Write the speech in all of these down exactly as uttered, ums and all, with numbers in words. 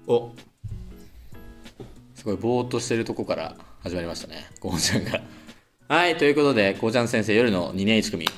お、すごいぼーっとしてるとこから始まりましたね、こうちゃんが。はい、ということで、こうちゃん先生、夜のにねんいち組。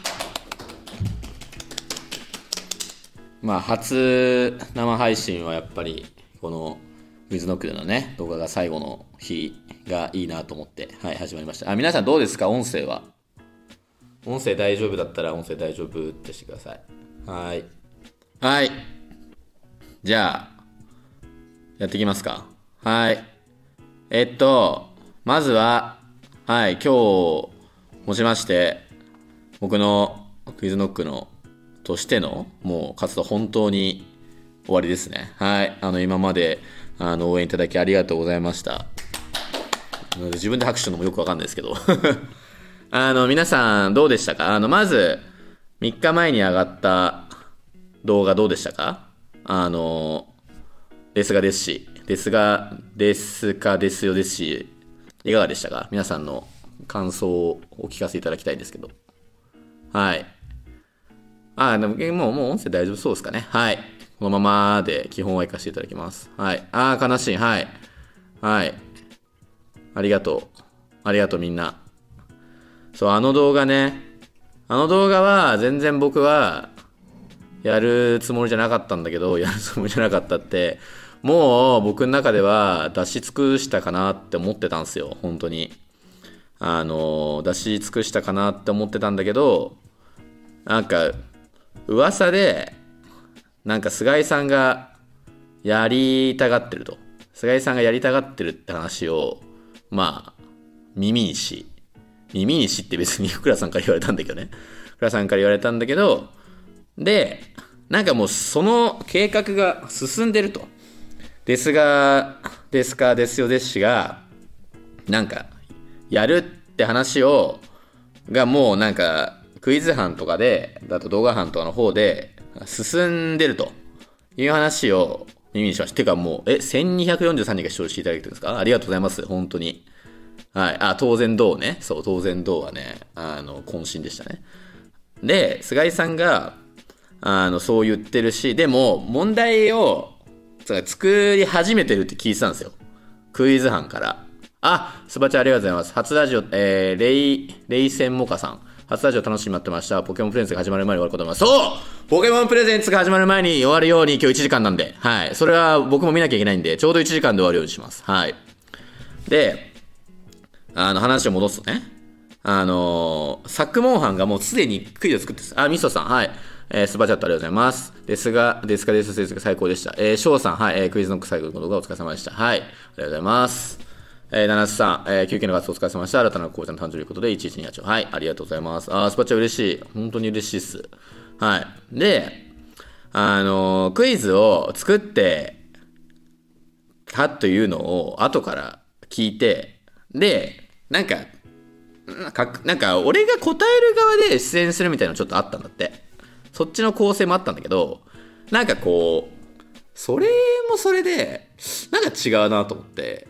まあ、初生配信はやっぱり、この、ウィズノックでのね、動画が最後の日がいいなと思って、はい、始まりました。あ、皆さんどうですか、音声は。音声大丈夫だったら、音声大丈夫ってしてください。はい。はい。じゃあ、やっていきますか。はい。えっと、まずは、はい、今日、もちまして、僕のクイズノックの、としての、もう活動本当に終わりですね。はい。あの、今まで、あの、応援いただきありがとうございました。自分で拍手するのもよくわかんないですけど。あの、皆さんどうでしたか？あの、まず、みっかまえに上がった動画どうでしたか？あの、ですがですし、ですが、ですかですよですし、いかがでしたか？皆さんの感想をお聞かせいただきたいんですけど。はい。あ、でも、もう、もう音声大丈夫そうですかね。はい。このままで基本は活かしていただきます。はい。あー、悲しい。はい。はい。ありがとう。ありがとうみんな。そう、あの動画ね。あの動画は全然僕はやるつもりじゃなかったんだけど、やるつもりじゃなかったって、もう僕の中では出し尽くしたかなって思ってたんですよ。本当に。あの、出し尽くしたかなって思ってたんだけど、なんか、噂で、なんか菅井さんがやりたがってると。菅井さんがやりたがってるって話を、まあ、耳にし、耳にしって別に福良さんから言われたんだけどね。福良さんから言われたんだけど、で、なんかもうその計画が進んでると。ですが、ですか、ですよ、ですしが、なんか、やるって話を、がもうなんか、クイズ班とかで、だと動画班とかの方で、進んでるという話を耳にしました。てかもう、え、せんにひゃくよんじゅうさんにんが視聴していただいてるんですか？ありがとうございます。本当に。はい。あ、当然どうね。そう、当然どうはね、あの、渾身でしたね。で、菅井さんが、あの、そう言ってるし、でも、問題を、作り始めてるって聞いてたんですよ。クイズ班から。あ、スバチャありがとうございます。初ラジオ、えー、レイ、レイセンモカさん。初ラジオ楽しみに待ってました。ポケモンプレゼンツが始まる前に終わることも。そうポケモンプレゼンツが始まる前に終わるように今日いちじかんなんで。はい。それは僕も見なきゃいけないんで、ちょうどいちじかんで終わるようにします。はい。で、あの、話を戻すとね。あのー、作問班がもうすでにクイズを作ってる。あ、ミソさん。はい。えー、スーパーチャットありがとうございます。ですが、ですかですですが最高でした。えー、翔さん、はい、えー、クイズノック最後の動画お疲れ様でした。はい、ありがとうございます。えー、七瀬さん、えー、休憩の活動お疲れ様でした。新たな紅茶の誕生日ということで、いちいちにはち。はい、ありがとうございます。あー、スパチャ嬉しい。本当に嬉しいっす。はい。で、あのー、クイズを作ってたというのを後から聞いて、で、なんか、なんか、なんか俺が答える側で出演するみたいなのちょっとあったんだって。そっちの構成もあったんだけど、なんかこう、それもそれで、なんか違うなと思って、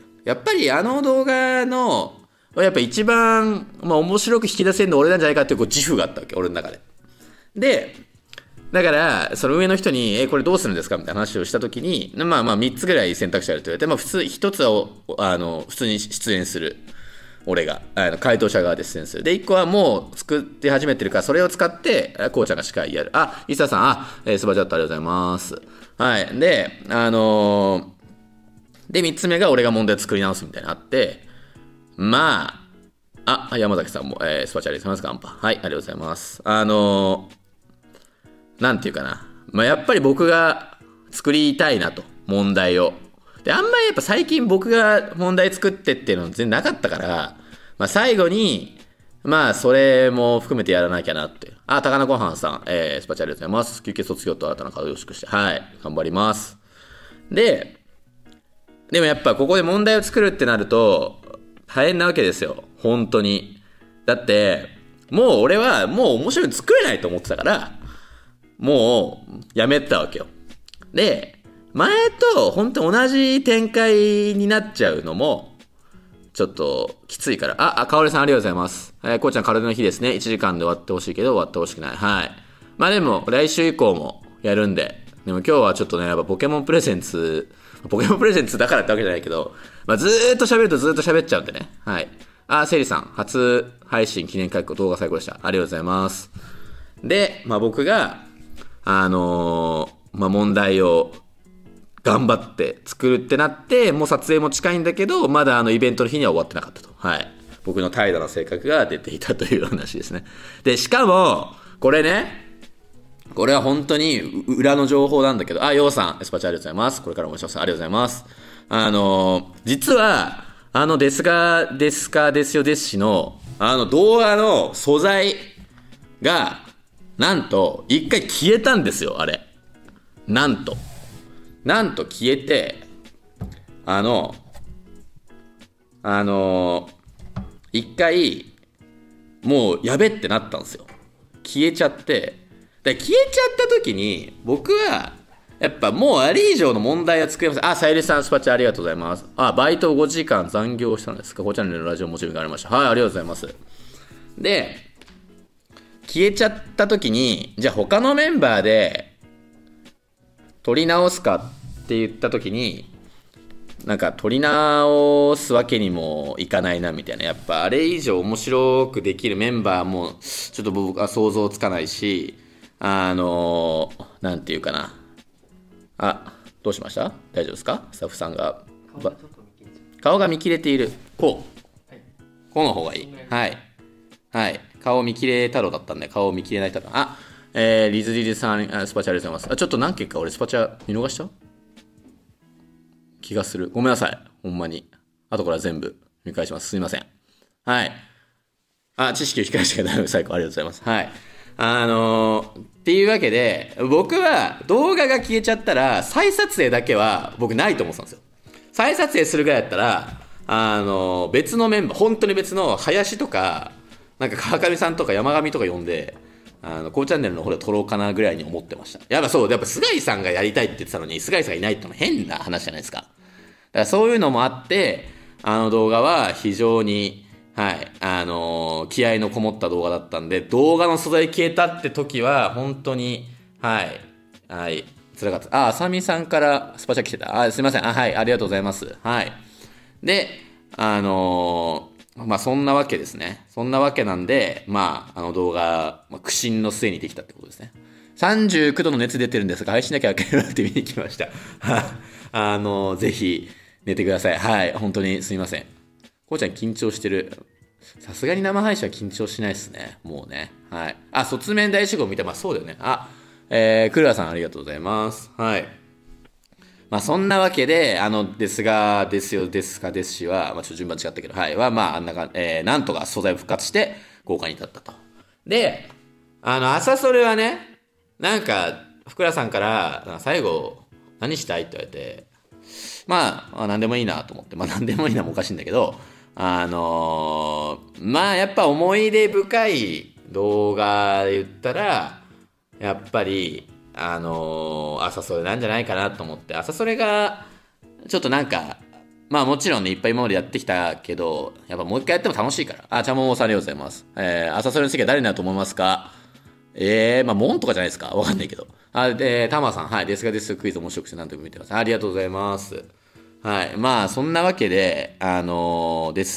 やっぱりあの動画の、やっぱ一番、まあ面白く引き出せるの俺なんじゃないかっていうこう自負があったわけ、俺の中で。で、だから、その上の人に、え、これどうするんですかみたいな話をしたときに、まあまあみっつぐらい選択肢あると言われて、まあ普通、ひとつは、あの、普通に出演する。俺が、あの、回答者側で出演する。で、いっこはもう作って始めてるから、それを使って、こうちゃんが司会やる。あ、伊佐さん、あ、えー、スバチャットありがとうございます。はい。で、あのー、で、みっつめが俺が問題を作り直すみたいなのあって、まあ、あ、山崎さんも、えー、スパチャありがとうございます。ガンパ。はい、ありがとうございます。あのー、なんていうかな。まあ、やっぱり僕が作りたいなと、問題を。で、あんまりやっぱ最近僕が問題作ってっていうの全然なかったから、まあ最後に、まあそれも含めてやらなきゃなって。あ、高菜ごはんさん、えー、スパチャありがとうございます。休憩卒業と新たなカードをよろしくして。はい、頑張ります。で、でもやっぱここで問題を作るってなると、大変なわけですよ。本当に。だって、もう俺はもう面白いの作れないと思ってたから、もうやめたわけよ。で、前と本当同じ展開になっちゃうのもちょっときついから。あ、あ、かおりさんありがとうございます。えー、こうちゃん体の日ですね。いちじかんで終わってほしいけど終わってほしくない。はい。まあでも来週以降もやるんで。でも今日はちょっとね、やっぱポケモンプレゼンツポケモンプレゼンツだからってわけじゃないけど、まあ、ずーっと喋るとずーっと喋っちゃうんでね。はい。あ、セイリさん、初配信記念開講動画最高でした。ありがとうございます。で、まあ僕が、あのー、まあ問題を頑張って作るってなって、もう撮影も近いんだけど、まだあのイベントの日には終わってなかったと。はい。僕の怠惰な性格が出ていたという話ですね。で、しかも、これね、これは本当に裏の情報なんだけど、あ、ヨウさん、エスパチありがとうございます。これからもお願いします。ありがとうございます。あの、実は、あの、ですが、ですか、ですよ、ですしの、あの、動画の素材が、なんと、一回消えたんですよ、あれ。なんと。なんと消えて、あの、あの、一回、もうやべってなったんですよ。消えちゃって、で消えちゃった時に、僕は、やっぱもうあれ以上の問題は作れません。あ、さゆりさん、スパチャありがとうございます。あ、バイトごじかん残業したんですか。ごチャンネルのラジオもちろんありました。はい、ありがとうございます。で、消えちゃった時に、じゃあ他のメンバーで、撮り直すかって言った時に、なんか撮り直すわけにもいかないなみたいな。やっぱあれ以上面白くできるメンバーもちょっと僕は想像つかないし、あのなんていうかな。あ、どうしました？大丈夫ですか？スタッフさんが顔が見切れている。こう、はい、こうの方がいい。はいはい顔見切れ太郎だったんで、顔を見切れない太郎。あ、えー、リズリズさんスパチャありがとうございます。あ、ちょっと何件か俺スパチャ見逃した気がする。ごめんなさい。ほんまに。後から全部見返します。すいません。はい。あ、知識を控えしてから最高。ありがとうございます。はい。あのー、っていうわけで、僕は動画が消えちゃったら、再撮影だけは僕ないと思ってたんですよ。再撮影するぐらいだったら、あのー、別のメンバー、本当に別の林とか、なんか川上さんとか山上とか呼んで、あの、こうチャンネルの方で撮ろうかなぐらいに思ってました。やっぱそう、やっぱ菅井さんがやりたいって言ってたのに、菅井さんがいないってのも変な話じゃないですか。だからそういうのもあって、あの動画は非常に、はい、あのー、気合のこもった動画だったんで、動画の素材消えたって時は、本当に、はい、はい、辛かった。あ、あさみさんからスパチャ来てた。あ、すいません。あ、はい、ありがとうございます。はい。で、あのー、まあそんなわけですね。そんなわけなんで、まああの動画、まあ、苦心の末にできたってことですね。さんじゅうきゅうどの熱出てるんですが、配信だけは諦めなくて見に来ました。あの、ぜひ寝てください。はい、本当にすみません。こうちゃん緊張してる。さすがに生配信は緊張しないですね。もうね。はい。あ、卒面大集合見てます。そうだよね。あ、えー、クルアさんありがとうございます。はい。まあそんなわけで、あの、ですが、ですよ、ですか、ですしは、まあちょっと順番違ったけど、はい、は、まああんなか、えー、なんとか素材を復活して、豪華に至ったと。で、あの、朝それはね、なんか、福良さんから、最後、何したいって言われて、まあ、何でもいいなと思って、まあ何でもいいなもおかしいんだけど、あのー、まあやっぱ思い出深い動画で言ったら、やっぱり、あのー、朝それなんじゃないかなと思って、朝それが、ちょっとなんか、まあもちろんね、いっぱい今までやってきたけど、やっぱもう一回やっても楽しいから。あ、ちゃんももさんありがとうございます。えー、朝それの席は誰になると思いますか？えー、まあ、モンとかじゃないですかわかんないけど。あ、で、タマさん、はい、ですがですクイズ面白くて何とも見てます。ありがとうございます。はい、まあ、そんなわけで、あのー、です、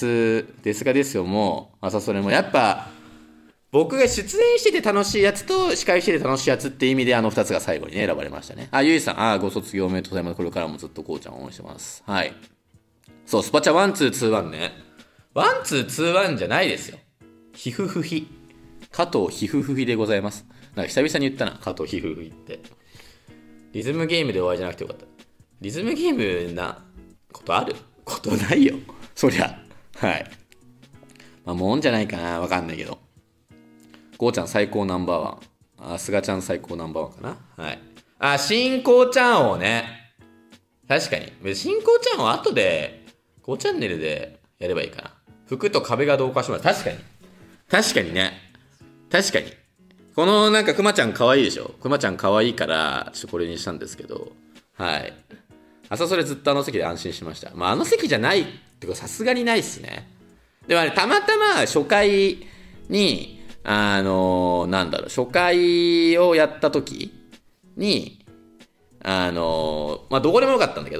ですがですよも、朝それも、やっぱ、僕が出演してて楽しいやつと司会してて楽しいやつっていう意味であの二つが最後にね選ばれましたね。あ、ゆいさん、あ、ご卒業おめでとうございます。これからもずっとこうちゃんを応援してます。はい。そう、スパチャワンツーツーワンね。ワンツーツーワンじゃないですよ。ひふふひ。加藤ひふふひでございます。なんか久々に言ったな、加藤ひふふひって。リズムゲームで終わりじゃなくてよかった。リズムゲームなことあることないよ。そりゃ。はい。まあ、もんじゃないかな。わかんないけど。こうちゃん最高ナンバーワン。あ、すがちゃん最高ナンバーワンかな。はい。あ、新こうちゃん王ね。確かに。新こうちゃん王後で、ごチャンネルでやればいいかな。服と壁が同化してもらう。確かに。確かにね。確かに。このなんかくまちゃん可愛いでしょ。くまちゃん可愛いから、ちょっとこれにしたんですけど。はい。朝それずっとあの席で安心しました。まああの席じゃないってかさすがにないっすね。でもあれたまたま初回に、あのー、なんだろう、初回をやった時に、あのー、まあどこでもよかったんだけど、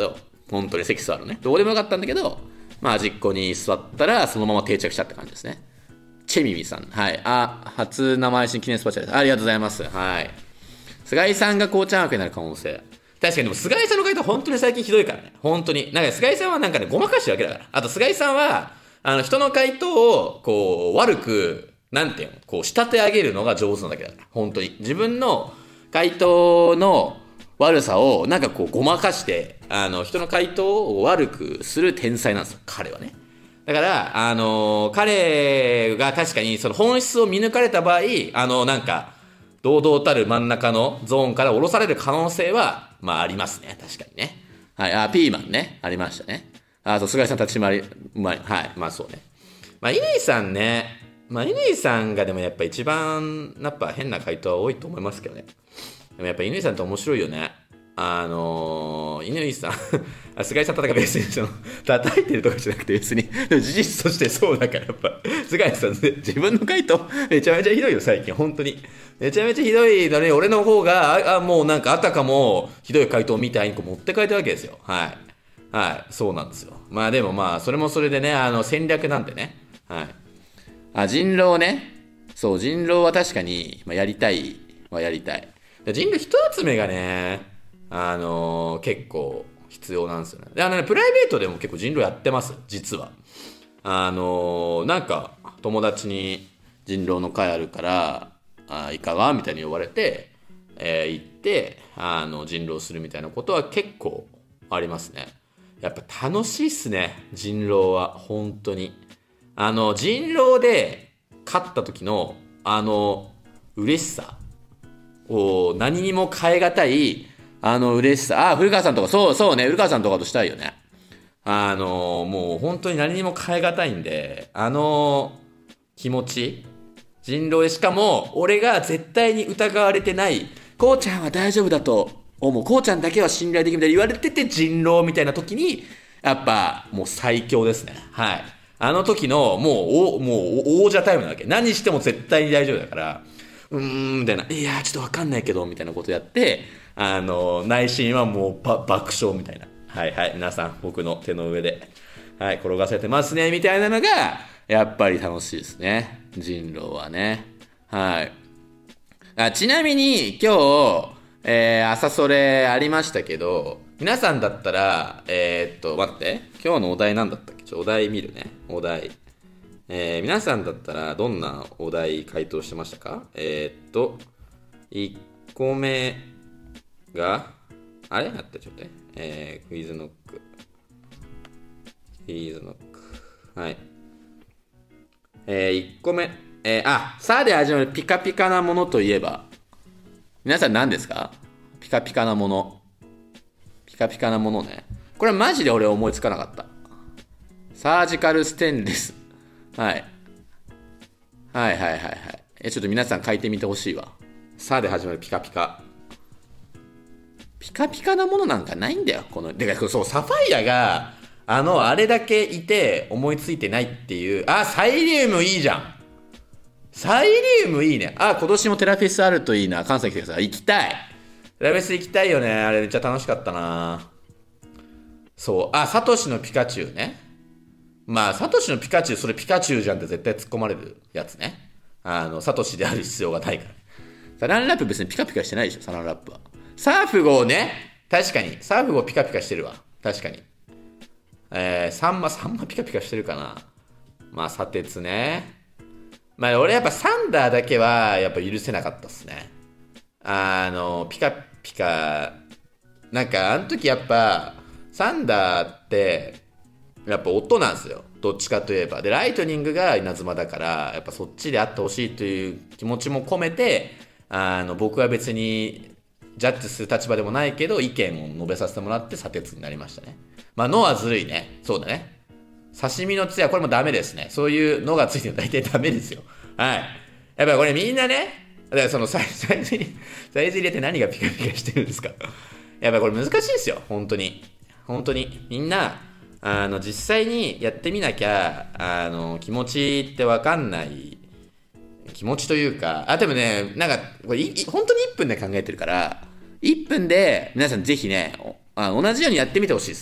本当に席座るね。どうでもよかったんだけど、まあ端っこに座ったらそのまま定着したって感じですね。チェミミさん。はい。あ、初生配信記念スパチャです。ありがとうございます。はい。菅井さんがこうちゃん枠になる可能性。確かにでも菅井さんの回答本当に最近ひどいからね。本当に。なんか菅井さんはなんかね、ごまかしてるわけだから。あと菅井さんは、あの人の回答をこう悪く、なんていうの、こう仕立て上げるのが上手なだけだから。本当に。自分の回答の悪さをなんかこうごまかして、あの人の回答を悪くする天才なんですよ。彼はね。だから、あのー、彼が確かにその本質を見抜かれた場合、あの、なんか、堂々たる真ん中のゾーンから下ろされる可能性は、まあありますね。確かにね。はい。あ、ピーマンね。ありましたね。あと、菅井さん立ち回り、うまい。はい。まあそうね。まあ、乾さんね。まあ、乾さんがでもやっぱ一番、やっぱ変な回答は多いと思いますけどね。でもやっぱ乾さんって面白いよね。あのー、乾さんあ、菅井さん叩か別にその叩いてるとかじゃなくて別に事実としてそうだからやっぱ菅井さん、ね、自分の回答めちゃめちゃひどいよ最近本当にめちゃめちゃひどいのに俺の方があもうなんかあたかもひどい回答みたいにこう持って帰ったわけですよ。はいはいそうなんですよ。まあでもまあそれもそれでねあの戦略なんでね。はいあ人狼ねそう人狼は確かに、まあ、やりたいはやりたい人狼一集めがねあのー、結構必要なんですよね。であのねプライベートでも結構人狼やってます実は。あのー、なんか友達に人狼の会あるからあいかがみたいに呼ばれて、えー、行ってあの人狼するみたいなことは結構ありますね。やっぱ楽しいっすね人狼は本当に。あの人狼で勝った時のあの嬉しさを何にも変え難いあの嬉しさ。あ、古川さんとか、そうそうね、古川さんとかとしたいよね。あの、もう本当に何にも変え難いんで、あの気持ち、人狼でしかも、俺が絶対に疑われてない、こうちゃんは大丈夫だと思う、こうちゃんだけは信頼できるみたいに言われてて人狼みたいな時に、やっぱもう最強ですね。はい。あの時の、もう、おもう王者タイムなわけ。何しても絶対に大丈夫だから、うーん、みたいな、いや、ちょっとわかんないけど、みたいなことやって、あの、内心はもう爆笑みたいな。はいはい、皆さん、僕の手の上で、はい、転がせてますね、みたいなのが、やっぱり楽しいですね。人狼はね。はい。あちなみに、今日、えー、朝それありましたけど、皆さんだったら、えー、っと、待って、今日のお題なんだったっけちょ、お題見るね。お題。えー、皆さんだったらどんなお題回答してましたか？えー、っと、いっこめが、あれ待って、ちょっとね。えー、クイズノック。クイズノック。はい。えー、いっこめ。えー、あ、さあで始まるピカピカなものといえば、皆さん何ですか？ピカピカなもの。ピカピカなものね。これはマジで俺思いつかなかった。サージカルステンレス。はい。はいはいはいはい。え、ちょっと皆さん書いてみてほしいわ。さあで始まるピカピカ。ピカピカなものなんかないんだよ。この、でか、そう、サファイアが、あの、あれだけいて思いついてないっていう。あ、サイリウムいいじゃん。サイリウムいいね。あ、今年もテラフェスあるといいな。関西来てください。行きたい。テラフェス行きたいよね。あれめっちゃ楽しかったな。そう。あ、サトシのピカチュウね。まあ、サトシのピカチュウ、それピカチュウじゃんって絶対突っ込まれるやつね。あの、サトシである必要がないから。サランラップ別にピカピカしてないでしょ、サランラップは。サーフ号ね。確かに。サーフ号ピカピカしてるわ。確かに。えー、サンマ、サンマピカピカしてるかな。まあ、砂鉄ね。まあ、俺やっぱサンダーだけは、やっぱ許せなかったっすね。あの、ピカピカ、なんか、あの時やっぱ、サンダーって、やっぱ音なんですよ。どっちかといえば。で、ライトニングが稲妻だから、やっぱそっちであってほしいという気持ちも込めて、あの、僕は別に、ジャッジする立場でもないけど、意見を述べさせてもらって砂鉄になりましたね。まあ、のはずるいね。そうだね。刺身のつや、これもダメですね。そういうのがついてるの大体ダメですよ。はい。やっぱりこれみんなね、だからそのサイズ入れ、サイズ入れて何がピカピカしてるんですか。やっぱりこれ難しいですよ。本当に。本当に。みんな、あの、実際にやってみなきゃ、あの、気持ちってわかんない。気持ちというか、あ、でもね、なんか、これ、本当にいっぷんで考えてるから、いっぷんで皆さんぜひね、あ同じようにやってみてほしいですね。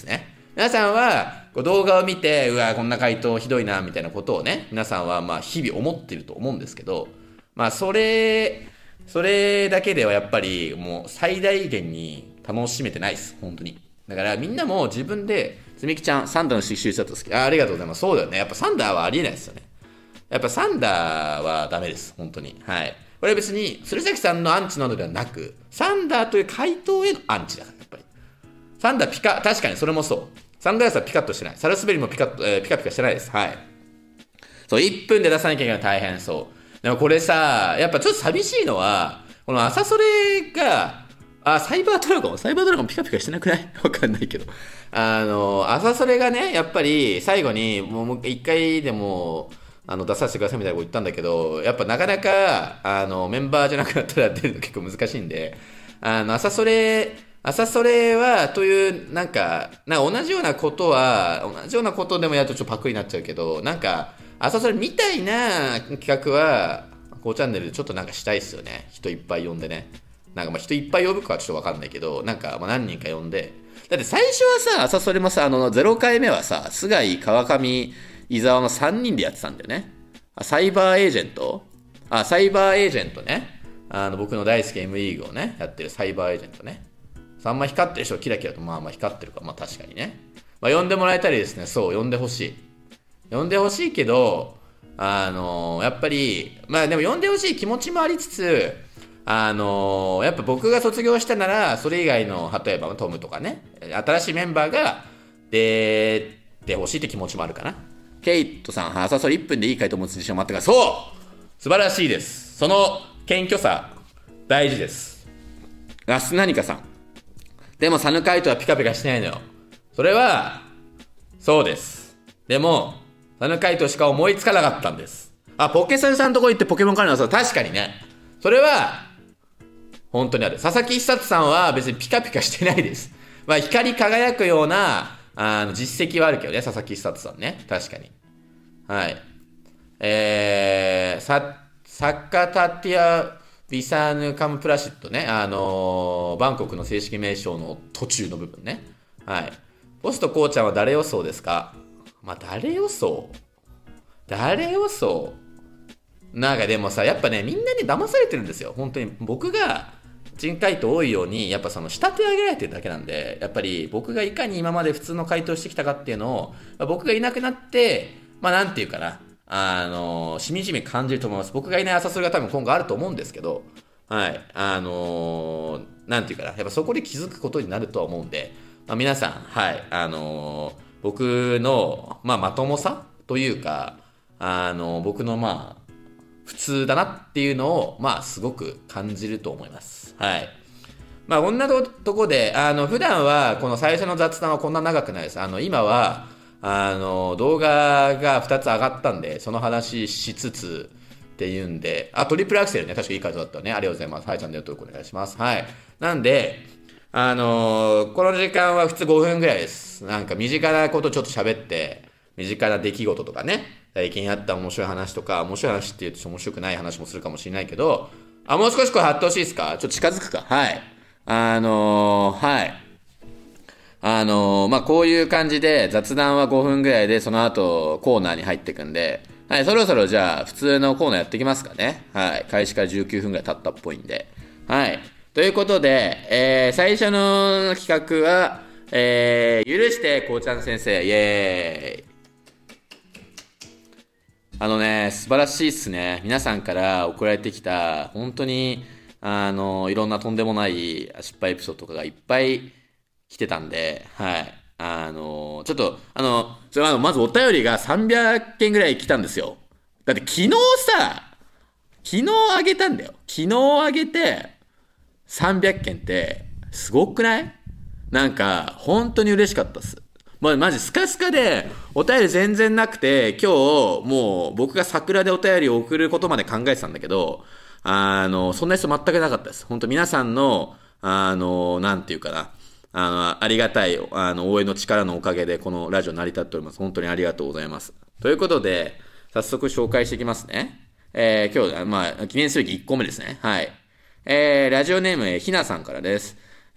皆さんはこう動画を見て、うわ、こんな回答ひどいな、みたいなことをね、皆さんはまあ日々思ってると思うんですけど、まあそれ、それだけではやっぱりもう最大限に楽しめてないです、本当に。だからみんなも自分で、つみきちゃん、サンダーの収集だと好き。あ、ありがとうございます。そうだよね。やっぱサンダーはありえないですよね。やっぱサンダーはダメです、本当に。はい。これは別に、鶴崎さんのアンチなのではなく、サンダーという回答へのアンチだから、やっぱり。サンダーピカ、確かにそれもそう。サングラスはピカッとしてない。サルスベリもピカッと、えー、ピカピカしてないです。はい。そう、いっぷんで出さなきゃいけない大変そう。でもこれさ、やっぱちょっと寂しいのは、この朝それが、あ、サイバードラゴンサイバードラゴンピカピカしてなくないわかんないけど。あの、朝それがね、やっぱり最後に、もう一回でも、あの、出させてくださいみたいなこと言ったんだけど、やっぱなかなか、あの、メンバーじゃなくなったら出るの結構難しいんで、あの、朝それ、朝それは、という、なんか、なんか同じようなことは、同じようなことでもやるとちょっとパクリになっちゃうけど、なんか、朝それみたいな企画は、こうチャンネルでちょっとなんかしたいっすよね。人いっぱい呼んでね。なんかまあ人いっぱい呼ぶかはちょっとわかんないけど、なんかまあ何人か呼んで。だって最初はさ、朝それもさ、あの、ゼロかいめはさ、菅井、川上、伊沢のさんにんでやってたんだよね。サイバーエージェントあ、サイバーエージェントね。あの、僕の大好き M リーグをね、やってるサイバーエージェントね。あんま光ってる人キラキラとまあまあ光ってるか、まあ確かにね。まあ呼んでもらえたりですね、そう、呼んでほしい。呼んでほしいけど、あのー、やっぱり、まあでも呼んでほしい気持ちもありつつ、あのー、やっぱ僕が卒業したなら、それ以外の、例えばトムとかね、新しいメンバーが出てほしいって気持ちもあるかな。ケイトさん、朝それいっぷんでいい回答を持つ自信を待ってから、そう素晴らしいです。その謙虚さ、大事です。ラス何かさん。でもサヌカイトはピカピカしてないのよ。それは、そうです。でも、サヌカイトしか思いつかなかったんです。あ、ポケサルさんのとこ行ってポケモンカードのそう、確かにね。それは、本当にある。佐々木久志さんは別にピカピカしてないです。まあ、光り輝くような、あの、実績はあるけどね、佐々木久志さんね。確かに。はい。えー、サ、サッカタティア、ビサーヌカムプラシットね、あのー、バンコクの正式名称の途中の部分ね。はい。ポストコーちゃんは誰予想ですか？まあ、誰予想誰予想なんかでもさ、やっぱね、みんなに騙されてるんですよ。本当に。僕が、人回答多いように、やっぱその、仕立て上げられてるだけなんで、やっぱり僕がいかに今まで普通の回答してきたかっていうのを、僕がいなくなって、まあ、なんていうかな。あのー、しみじみ感じると思います。僕がいない朝それが多分今後あると思うんですけど、はい。あのー、なんていうかな。やっぱそこで気づくことになるとは思うんで、まあ、皆さん、はい。あのー、僕の、まあ、まともさというか、あのー、僕のまあ、普通だなっていうのを、まあ、すごく感じると思います。はい。まあ、こんなとこで、あの、普段は、この最初の雑談はこんな長くないです。あの、今は、あの、動画がふたつ上がったんで、その話しつつっていうんで、あ、トリプルアクセルね、確かいい回答だったね。ありがとうございます。はい、チャンネル登録お願いします。はい。なんで、あの、この時間は普通ごふんぐらいです。なんか身近なことちょっと喋って、身近な出来事とかね、最近あった面白い話とか、面白い話って言うと面白くない話もするかもしれないけど、あ、もう少しこれ貼ってほしいですか？ちょっと近づくか。はい。あのー、はい。あのー、まあ、こういう感じで雑談はごふんぐらいで、その後コーナーに入っていくんで、はい、そろそろじゃあ普通のコーナーやっていきますかね。はい。開始からじゅうきゅうふんぐらい経ったっぽいんで。はい。ということで、えー、最初の企画は、えー、許してこうちゃん先生、イエーイ。あのね、素晴らしいっすね。皆さんから送られてきた、本当に、あの、いろんなとんでもない失敗エピソードとかがいっぱい来てたんで、はい。あの、ちょっと、あの、ちょあのまずお便りがさんびゃくけんぐらい来たんですよ。だって昨日さ、昨日あげたんだよ。昨日あげて、さんびゃくけんって、すごくない？なんか、本当に嬉しかったっす。まあ、マジスカスカで、お便り全然なくて、今日、もう僕が桜でお便りを送ることまで考えてたんだけど、あの、そんな人全くなかったです。本当皆さんの、あの、なんていうかな、あの、ありがたい、あの、応援の力のおかげで、このラジオ成り立っております。本当にありがとうございます。ということで、早速紹介していきますね。えー、今日、まあ、記念すべきいっこめですね。はい。えー、ラジオネーム、ひなさんからです。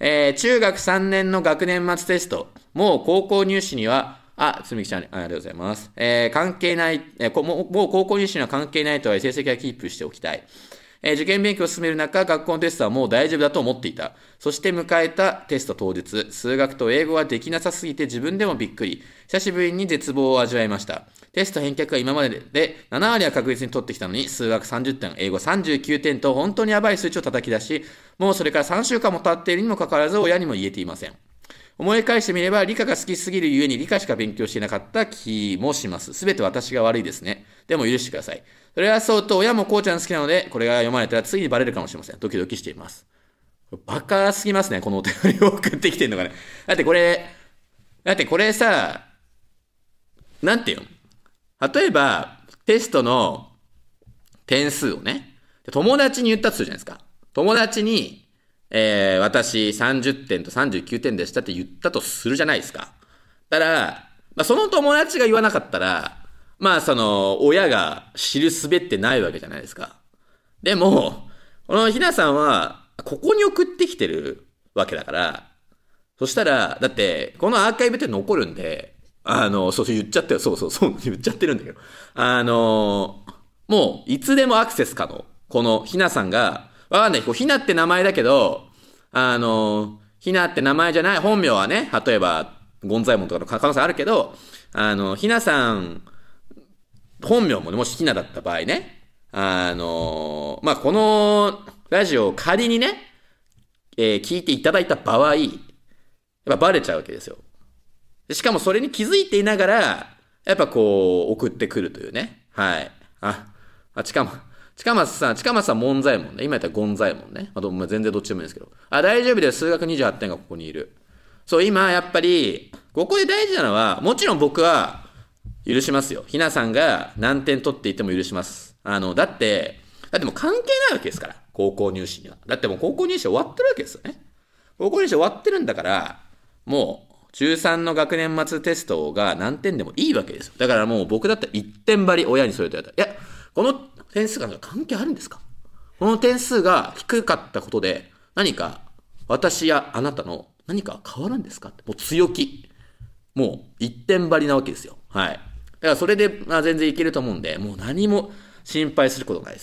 えー、中学さんねんの学年末テスト、もう高校入試には、あ、つみきちゃん、ありがとうございます。えー、関係ない、えーこも、もう高校入試には関係ないとはいえ成績はキープしておきたい。えー、受験勉強を進める中、学校のテストはもう大丈夫だと思っていた。そして迎えたテスト当日、数学と英語はできなさすぎて自分でもびっくり。久しぶりに絶望を味わいました。テスト返却は今まででなな割は確実に取ってきたのに、数学さんじゅってん、英語さんじゅうきゅうてんと本当にやばい数値を叩き出し、もうそれからさんしゅうかんも経っているにもかかわらず親にも言えていません。思い返してみれば理科が好きすぎるゆえに理科しか勉強していなかった気もします。すべて私が悪いですね。でも許してください。それはそうと親もこうちゃん好きなので、これが読まれたらついにバレるかもしれません。ドキドキしています。バカすぎますね、このお便りを送ってきてるのがね。だってこれ、だってこれさ、なんていうの？例えば、テストの点数をね、友達に言ったとするじゃないですか。友達に、えー、私さんじゅってんとさんじゅうきゅうてんでしたって言ったとするじゃないですか。だから、まあ、その友達が言わなかったら、まあその、親が知るすべってないわけじゃないですか。でも、このひなさんは、ここに送ってきてるわけだから、そしたら、だって、このアーカイブって残るんで、あの、そうそう言っちゃったよ。そうそうそう、言っちゃってるんだけど。あの、もう、いつでもアクセス可能。このひなさんが、わかんない。こうひなって名前だけど、あの、ひなって名前じゃない、本名はね、例えば、ゴンザイモンとかの可能性あるけど、あの、ひなさん、本名もね、もしひなだった場合ね、あの、まあ、このラジオを仮にね、えー、聞いていただいた場合、やっぱバレちゃうわけですよ。しかもそれに気づいていながら、やっぱこう、送ってくるというね。はい。あ、あ、近松、近松さん、近松さん、門左衛門ね。今言ったらゴン左衛門ね。あと、まあ、全然どっちでもいいんですけど。あ、大丈夫です。数学にじゅうはってんがここにいる。そう、今、やっぱり、ここで大事なのは、もちろん僕は、許しますよ。ひなさんが何点取っていても許します。あの、だって、だってもう関係ないわけですから。高校入試には。だってもう高校入試終わってるわけですよね。高校入試終わってるんだから、もう、中さんの学年末テストが何点でもいいわけですよ。だからもう僕だったらいってん張り親にそれと言われたら、いや、この点数が関係あるんですか？この点数が低かったことで、何か私やあなたの何か変わるんですかって、もう強気。もう一点張りなわけですよ。はい。だからそれで、まあ、全然いけると思うんで、もう何も心配することないです。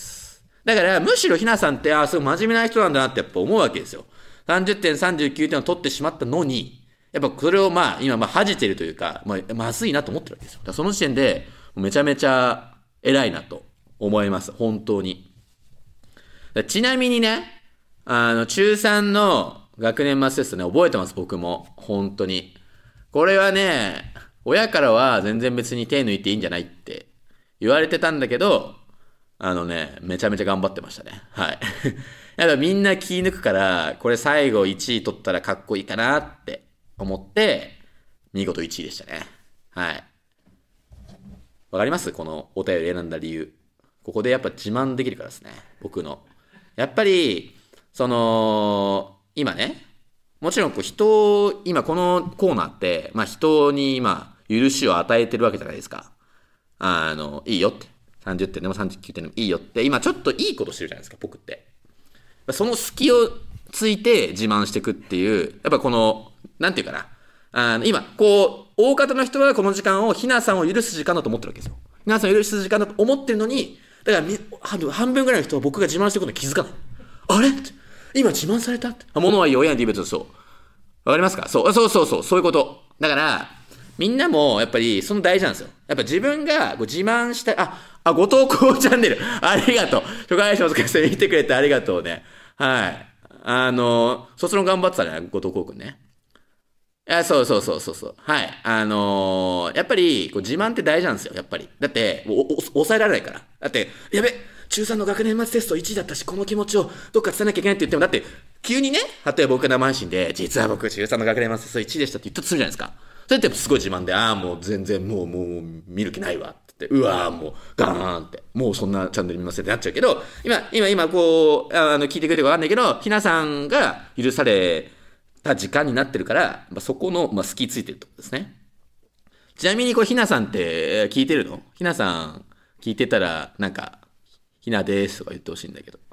だからむしろひなさんって、ああ、すごい真面目な人なんだなってやっぱ思うわけですよ。さんじゅってん、さんじゅうきゅうてんを取ってしまったのに、やっぱそれをまあ今まあ恥じてるというか、まあ、まずいなと思ってるわけですよ。だからその時点でめちゃめちゃ偉いなと思います。本当に。ちなみにね、あの、中さんの学年末テストね、覚えてます、僕も。本当に。これはね、親からは全然別に手抜いていいんじゃないって言われてたんだけど、あのね、めちゃめちゃ頑張ってましたね。はい。やっぱみんな気抜くから、これ最後いちい取ったらかっこいいかなって思って、見事いちいでしたね。はい。わかります？このお便り選んだ理由。ここでやっぱ自慢できるからですね。僕の。やっぱり、その、今ね、もちろんこう人を、今このコーナーって、まあ人に今、許しを与えてるわけじゃないですか。あの、いいよって。さんじゅってんでもさんじゅうきゅうてんでもいいよって、今ちょっといいことしてるじゃないですか、僕って。その隙をついて自慢していくっていう、やっぱこの、なんていうかな。あの、今、こう、大方の人はこの時間を、ひなさんを許す時間だと思ってるわけですよ。ひなさんを許す時間だと思ってるのに、だからみ、半分ぐらいの人は僕が自慢してることに気づかない。あれ今自慢されたって。物はいいよ、親にディベートそう。わかりますか？そう、そうそうそう、そういうこと。だから、みんなも、やっぱり、その大事なんですよ。やっぱ自分がこう自慢したい、あ、あ、ご投稿チャンネル、ありがとう。初回しますか見てくれてありがとうね。はい。あの、卒論頑張ってたね、後藤光くんね。いや、そうそうそうそうそう。はい。あのー、やっぱり、こう自慢って大事なんですよ、やっぱり。だって、おお抑えられないから。だって、やべ、中さんの学年末テストいちいだったし、この気持ちをどっか伝えなきゃいけないって言っても、だって、急にね、例えば僕が生配信で、実は僕、中さんの学年末テストいちいでしたって言ったとするじゃないですか。それってすごい自慢で、ああ、もう全然もう、もう、見る気ないわ。って、うわーもう、ガーンって、もうそんなチャンネル見ませんってなっちゃうけど、今、今、今、こう、あの、聞いてくれてるかわかんないけど、ひなさんが許された時間になってるから、まあ、そこの、まあ、隙ついてるってことですね。ちなみに、こう、ひなさんって聞いてるの？ひなさん聞いてたら、なんか、ひなでーすとか言ってほしいんだけど。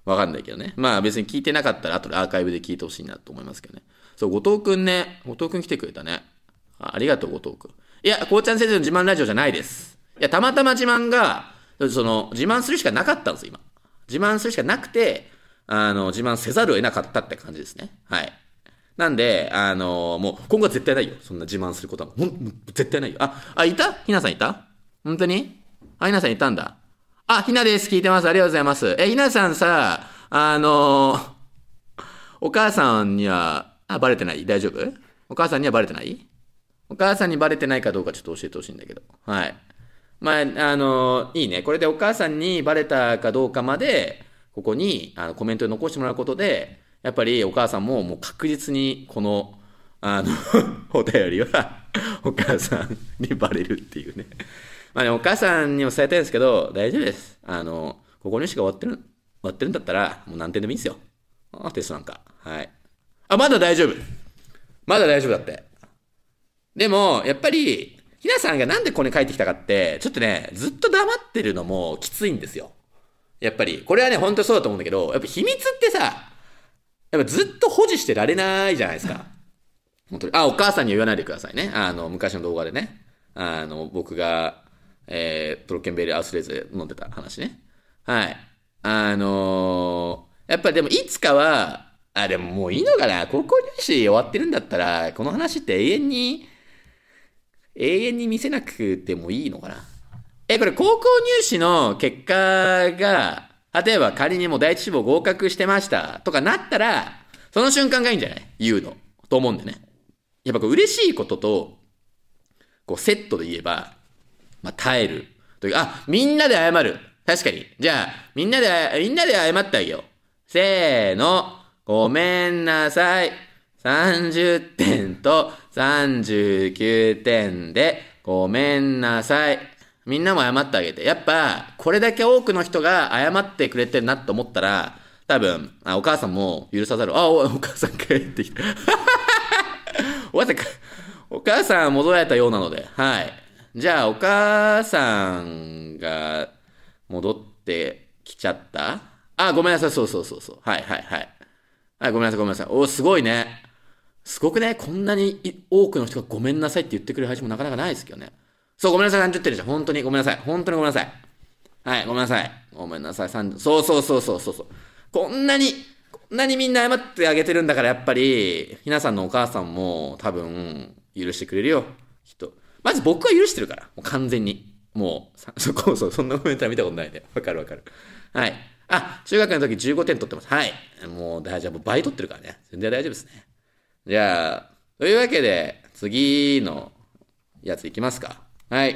わかんないけどね。まあ別に聞いてなかったら後でアーカイブで聞いてほしいなと思いますけどね。そう、後藤くんね。後藤くん来てくれたね。あ、ありがとう、後藤くん。いや、こうちゃん先生の自慢ラジオじゃないです。いや、たまたま自慢が、その、自慢するしかなかったんですよ、今。自慢するしかなくて、あの、自慢せざるを得なかったって感じですね。はい。なんで、あの、もう、今後は絶対ないよ。そんな自慢することは。ほん、絶対ないよ。あ、あ、いたひなさんいた本当にあ、ひなさんいたんだ。あ、ひなです。聞いてます。ありがとうございます。え、ひなさんさ、あの、お母さんには、あ、バレてない？大丈夫？お母さんにはバレてない？お母さんにバレてないかどうかちょっと教えてほしいんだけど。はい。まあ、あの、いいね。これでお母さんにバレたかどうかまで、ここにあのコメントで残してもらうことで、やっぱりお母さんももう確実にこの、あの、お便りはお母さんにバレるっていうね。まあね、お母さんにも伝えたいんですけど、大丈夫です。あの、ここの試が終わってる、終わってるんだったら、もう何点でもいいんですよ。あ、テストなんか。はい。あ、まだ大丈夫。まだ大丈夫だって。でも、やっぱり、ひなさんがなんでこれ書いてきたかって、ちょっとね、ずっと黙ってるのもきついんですよ。やっぱり、これはね、本当にそうだと思うんだけど、やっぱ秘密ってさ、やっぱずっと保持してられないじゃないですか。本当に。あ、お母さんには言わないでくださいね。あの、昔の動画でね。あの、僕が、えー、トロッケンベールアウスレーズで飲んでた話ね。はい。あのー、やっぱりでもいつかは、あ、でももういいのかな。高校入試終わってるんだったら、この話って永遠に、永遠に見せなくてもいいのかな。え、これ高校入試の結果が、例えば仮にもう第一志望合格してましたとかなったら、その瞬間がいいんじゃない？言うの。と思うんでね。やっぱこう嬉しいことと、こうセットで言えば、まあ耐える。というか、あ、みんなで謝る。確かに。じゃあ、みんなで、みんなで謝ってあげよう。せーの。ごめんなさい。さんじゅってんとさんじゅうきゅうてんでごめんなさい。みんなも謝ってあげて。やっぱ、これだけ多くの人が謝ってくれてるなと思ったら、多分、あお母さんも許さざる。あ、お、お母さん帰ってきた。お母さん、お母さん戻られたようなので、はい。じゃあ、お母さんが戻ってきちゃった？あ、ごめんなさい。そうそうそうそう。はいはいはい。はい、ごめんなさいごめんなさい。お、すごいね。すごくね、こんなに多くの人がごめんなさいって言ってくれる配信もなかなかないですけどね。そう、ごめんなさい、さんじゅってんじゃん。本当にごめんなさい。本当にごめんなさい。はい、ごめんなさい。ごめんなさい、さんじゅう。そうそうそうそうそうそう。こんなに、こんなにみんな謝ってあげてるんだから、やっぱり、ひなさんのお母さんも多分、許してくれるよ。きっと。まず僕は許してるから。もう完全に。もう、そこそ、そんなコメントは見たことないね。わかるわかる。はい。あ、中学の時じゅうごてん取ってます。はい。もう、大丈夫。倍取ってるからね。全然大丈夫ですね。じゃあ、というわけで、次のやついきますか。はい。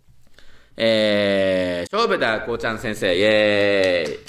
えー、勝負だ、こうちゃん先生。イェーイ。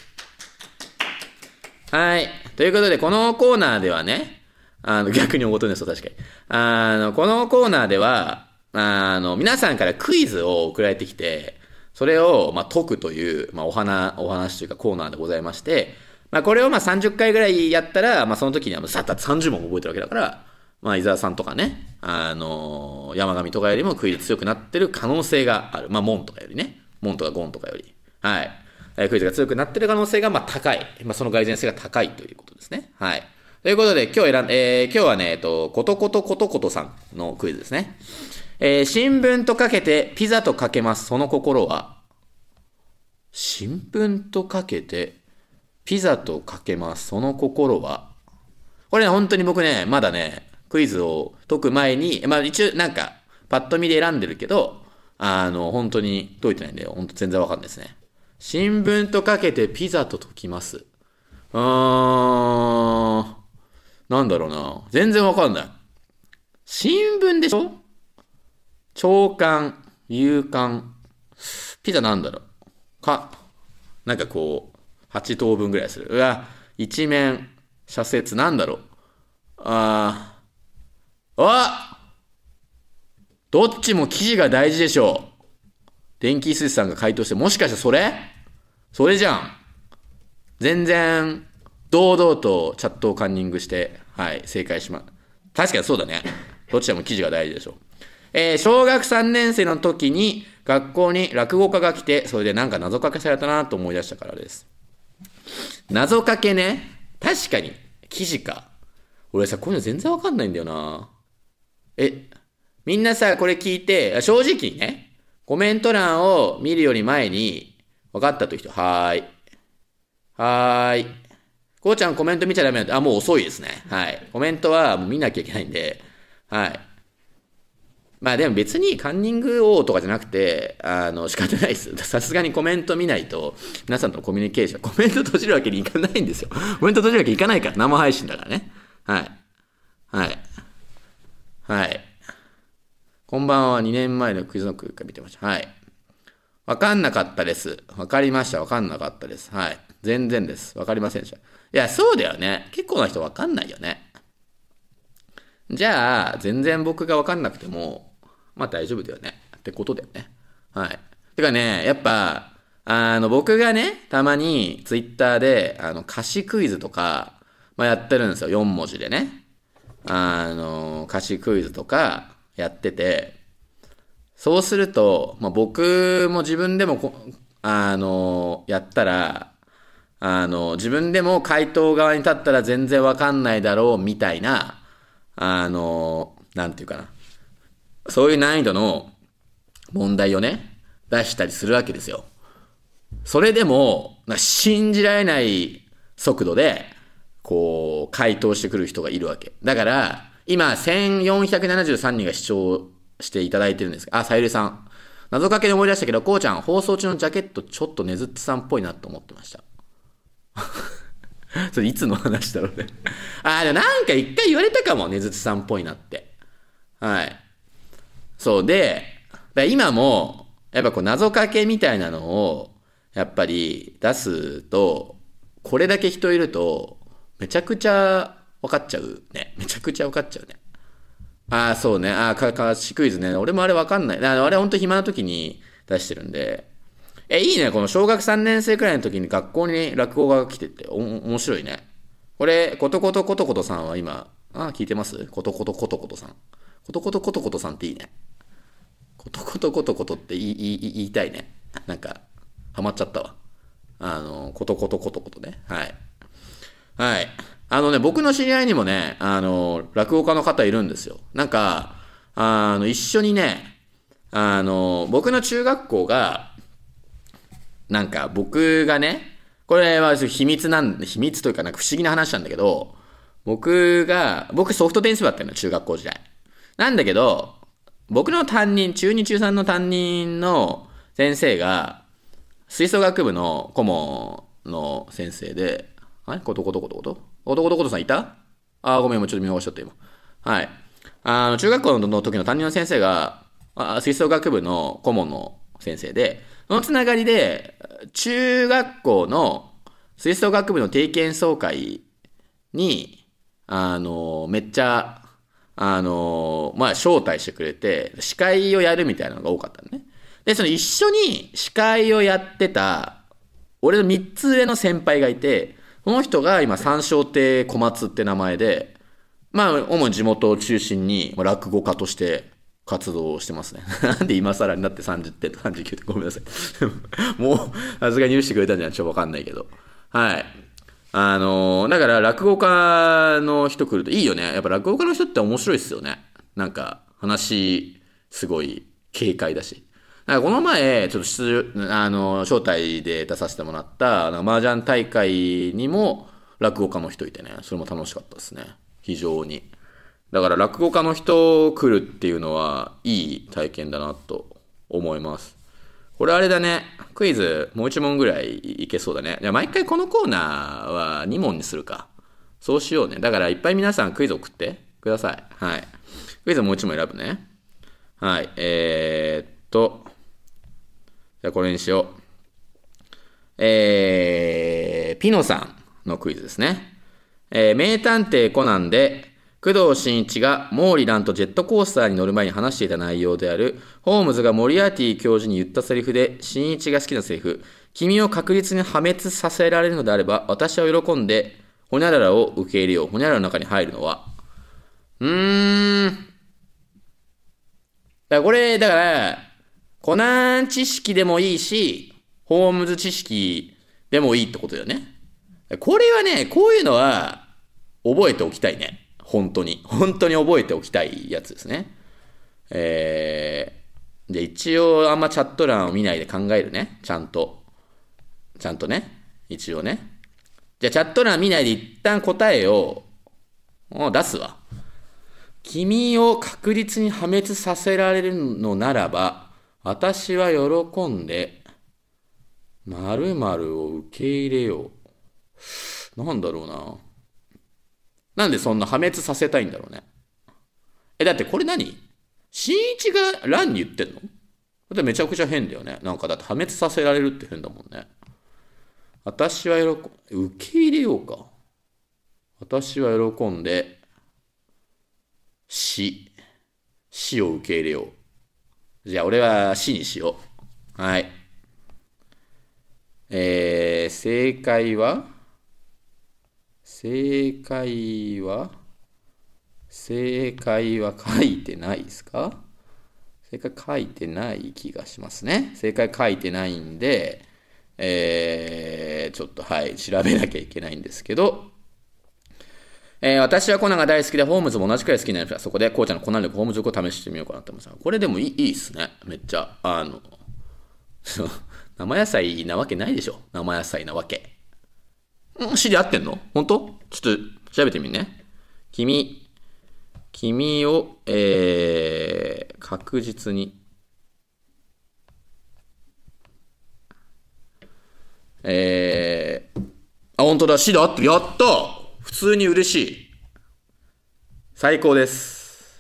はい。ということで、このコーナーではね、あの、逆におごとですよ、確かに。あの、このコーナーでは、あの、皆さんからクイズを送られてきて、それを、まあ、解くという、まあ、お話、お話というかコーナーでございまして、まあ、これをまあさんじゅっかいぐらいやったら、まあ、その時にはもうさっさんじゅう問も覚えてるわけだから、まあ、伊沢さんとかね、あのー、山上とかよりもクイズ強くなってる可能性がある。まあ、門とかよりね。門とかゴンとかより。はい。えー、クイズが強くなってる可能性が、まあ、高い。まあ、その蓋然性が高いということですね。はい。ということで、今日選ん、えー、今日はね、えっと、ことことことことさんのクイズですね。えー、新聞とかけて、ピザとかけます。その心は？新聞とかけて、ピザとかけます。その心は？これね、本当に僕ね、まだね、クイズを解く前に、まあ一応なんか、パッと見で選んでるけど、あの、本当に解いてないんで、本当全然わかんないですね。新聞とかけてピザと解きます。うーん、なんだろうな。全然わかんない。新聞でしょ？朝刊、夕刊、ピザなんだろうか、なんかこう、はち等分ぐらいする。うわ、一面、社説なんだろう。あー、あどっちも記事が大事でしょう。電気寿司さんが回答して、もしかしてそれそれじゃん。全然、堂々とチャットをカンニングして、はい、正解します。確かにそうだね。どっちでも記事が大事でしょう。えー、小学さんねん生の時に学校に落語家が来て、それでなんか謎かけされたなと思い出したからです。 謎かけね。確かに。記事か。俺さ、こういうの全然わかんないんだよな。え、みんなさ、これ聞いて、正直にね、コメント欄を見るより前に、分かったという人、はーい。はーい。こうちゃんコメント見ちゃダメなんで、あ、もう遅いですね。はい。コメントはもう見なきゃいけないんで、はい。まあでも別にカンニング王とかじゃなくて、あの、仕方ないです。さすがにコメント見ないと、皆さんとのコミュニケーション、コメント閉じるわけにいかないんですよ。コメント閉じるわけにいかないから、生配信だからね。はい。はい。はい。こんばんは、にねんまえのクイズノックから見てました。はい。わかんなかったです。わかりました。わかんなかったです。はい。全然です。わかりませんでした。いや、そうだよね。結構な人わかんないよね。じゃあ、全然僕がわかんなくても、まあ大丈夫だよね。ってことだよね。はい。てかね、やっぱ、あの、僕がね、たまにツイッターで、あの、歌詞クイズとか、まあやってるんですよ。よん文字でね。あの、歌詞クイズとかやってて、そうすると、まあ僕も自分でもこ、あの、やったら、あの、自分でも回答側に立ったら全然わかんないだろうみたいな、あの、なんていうかな。そういう難易度の問題をね、出したりするわけですよ。それでも、信じられない速度で、こう、回答してくる人がいるわけ。だから、今、せんよんひゃくななじゅうさんにんが視聴していただいてるんですが、あ、さゆりさん。謎かけで思い出したけど、こうちゃん、放送中のジャケットちょっとねずっちさんっぽいなと思ってました。それいつの話だろうね。あ、でもなんか一回言われたかも、ねずっちさんっぽいなって。はい。そうで、今も、やっぱこう謎かけみたいなのを、やっぱり出すと、これだけ人いると、めちゃくちゃ分かっちゃうね。めちゃくちゃ分かっちゃうね。ああ、そうね。ああ、か、かしクイズね。俺もあれ分かんない。あれほんと暇な時に出してるんで。え、いいね。この小学さんねん生くらいの時に学校に落語が来てて、お、面白いね。これ、ことことことことさんは今、ああ、聞いてますことことことことさん。ことことことことさんっていいね。ことことことことって言い言い言いたいね。なんか、ハマっちゃったわ。あの、ことことことことね。はい。はい。あのね、僕の知り合いにもね、あの、落語家の方いるんですよ。なんか、あの、一緒にね、あの、僕の中学校が、なんか僕がね、これは秘密なん、秘密というかなんか不思議な話なんだけど、僕が、僕ソフトテニス部だったのよ、中学校時代。なんだけど、僕の担任、中に中さんの担任の先生が、吹奏楽部の顧問の先生で、あれことことことことことことことさんいたあー、ごめん、もうちょっと見逃しちゃった今。はい。あの、中学校の時の担任の先生が、あ吹奏楽部の顧問の先生で、そのつながりで、中学校の吹奏楽部の定期演奏会に、あの、めっちゃ、あの、まあ、招待してくれて、司会をやるみたいなのが多かったのね。で、その一緒に司会をやってた、俺の三つ上の先輩がいて、その人が今、三笑亭小松って名前で、まあ、主に地元を中心に、落語家として活動をしてますね。なんで今更になってさんじゅってんとさんじゅうきゅうてんごめんなさい。もう、さすがに許してくれたんじゃないちょっとわかんないけど。はい。あのー、だから落語家の人来るといいよね。やっぱ落語家の人って面白いっすよね。なんか、話、すごい軽快だし。なんかこの前、ちょっと出、あの、招待で出させてもらった、麻雀大会にも落語家の人いてね、それも楽しかったですね。非常に。だから落語家の人来るっていうのはいい体験だなと思います。これあれだね。クイズもう一問ぐらいいけそうだね。じゃあ毎回このコーナーはに問にするか。そうしようね。だからいっぱい皆さんクイズ送ってください。はい。クイズもう一問選ぶね。はい。えー、っと。じゃあこれにしよう。えー、ピノさんのクイズですね。えー、名探偵コナンで、工藤新一がモーリランとジェットコースターに乗る前に話していた内容である、ホームズがモリアーティ教授に言ったセリフで、新一が好きなセリフ、君を確実に破滅させられるのであれば、私は喜んで、ホニャララを受け入れよう。ホニャララの中に入るのは。うーん。だからこれ、だから、コナン知識でもいいし、ホームズ知識でもいいってことだよね。 これはね、こういうのは覚えておきたいね。本当に。本当に覚えておきたいやつですね。えー、で、一応あんまチャット欄を見ないで考えるね。ちゃんと。ちゃんとね。一応ね。じゃあチャット欄見ないで一旦答えを出すわ。君を確実に破滅させられるのならば、私は喜んで、〇〇を受け入れよう。なんだろうな。なんでそんな破滅させたいんだろうね。え、だってこれ何新一が乱に言ってんの？だってめちゃくちゃ変だよね。なんかだって破滅させられるって変だもんね。私は喜ん、受け入れようか。私は喜んで、死。死を受け入れよう。じゃあ俺は死にしよう。はい。えー、正解は正解は正解は書いてないですか？正解書いてない気がしますね。正解書いてないんで、えー、ちょっとはい、調べなきゃいけないんですけど、えー、私はコナンが大好きで、ホームズも同じくらい好きになりました。そこで、こうちゃんのコナン力ホームズ力を試してみようかなと思います。これでもいいいいっすね。めっちゃ。あの、生野菜なわけないでしょ。生野菜なわけ。ん、死で合ってんの？本当？ちょっと調べてみね。君、君を、えー、確実に、えー、あ、本当だ、死で合ってる。やった普通に嬉しい。最高です。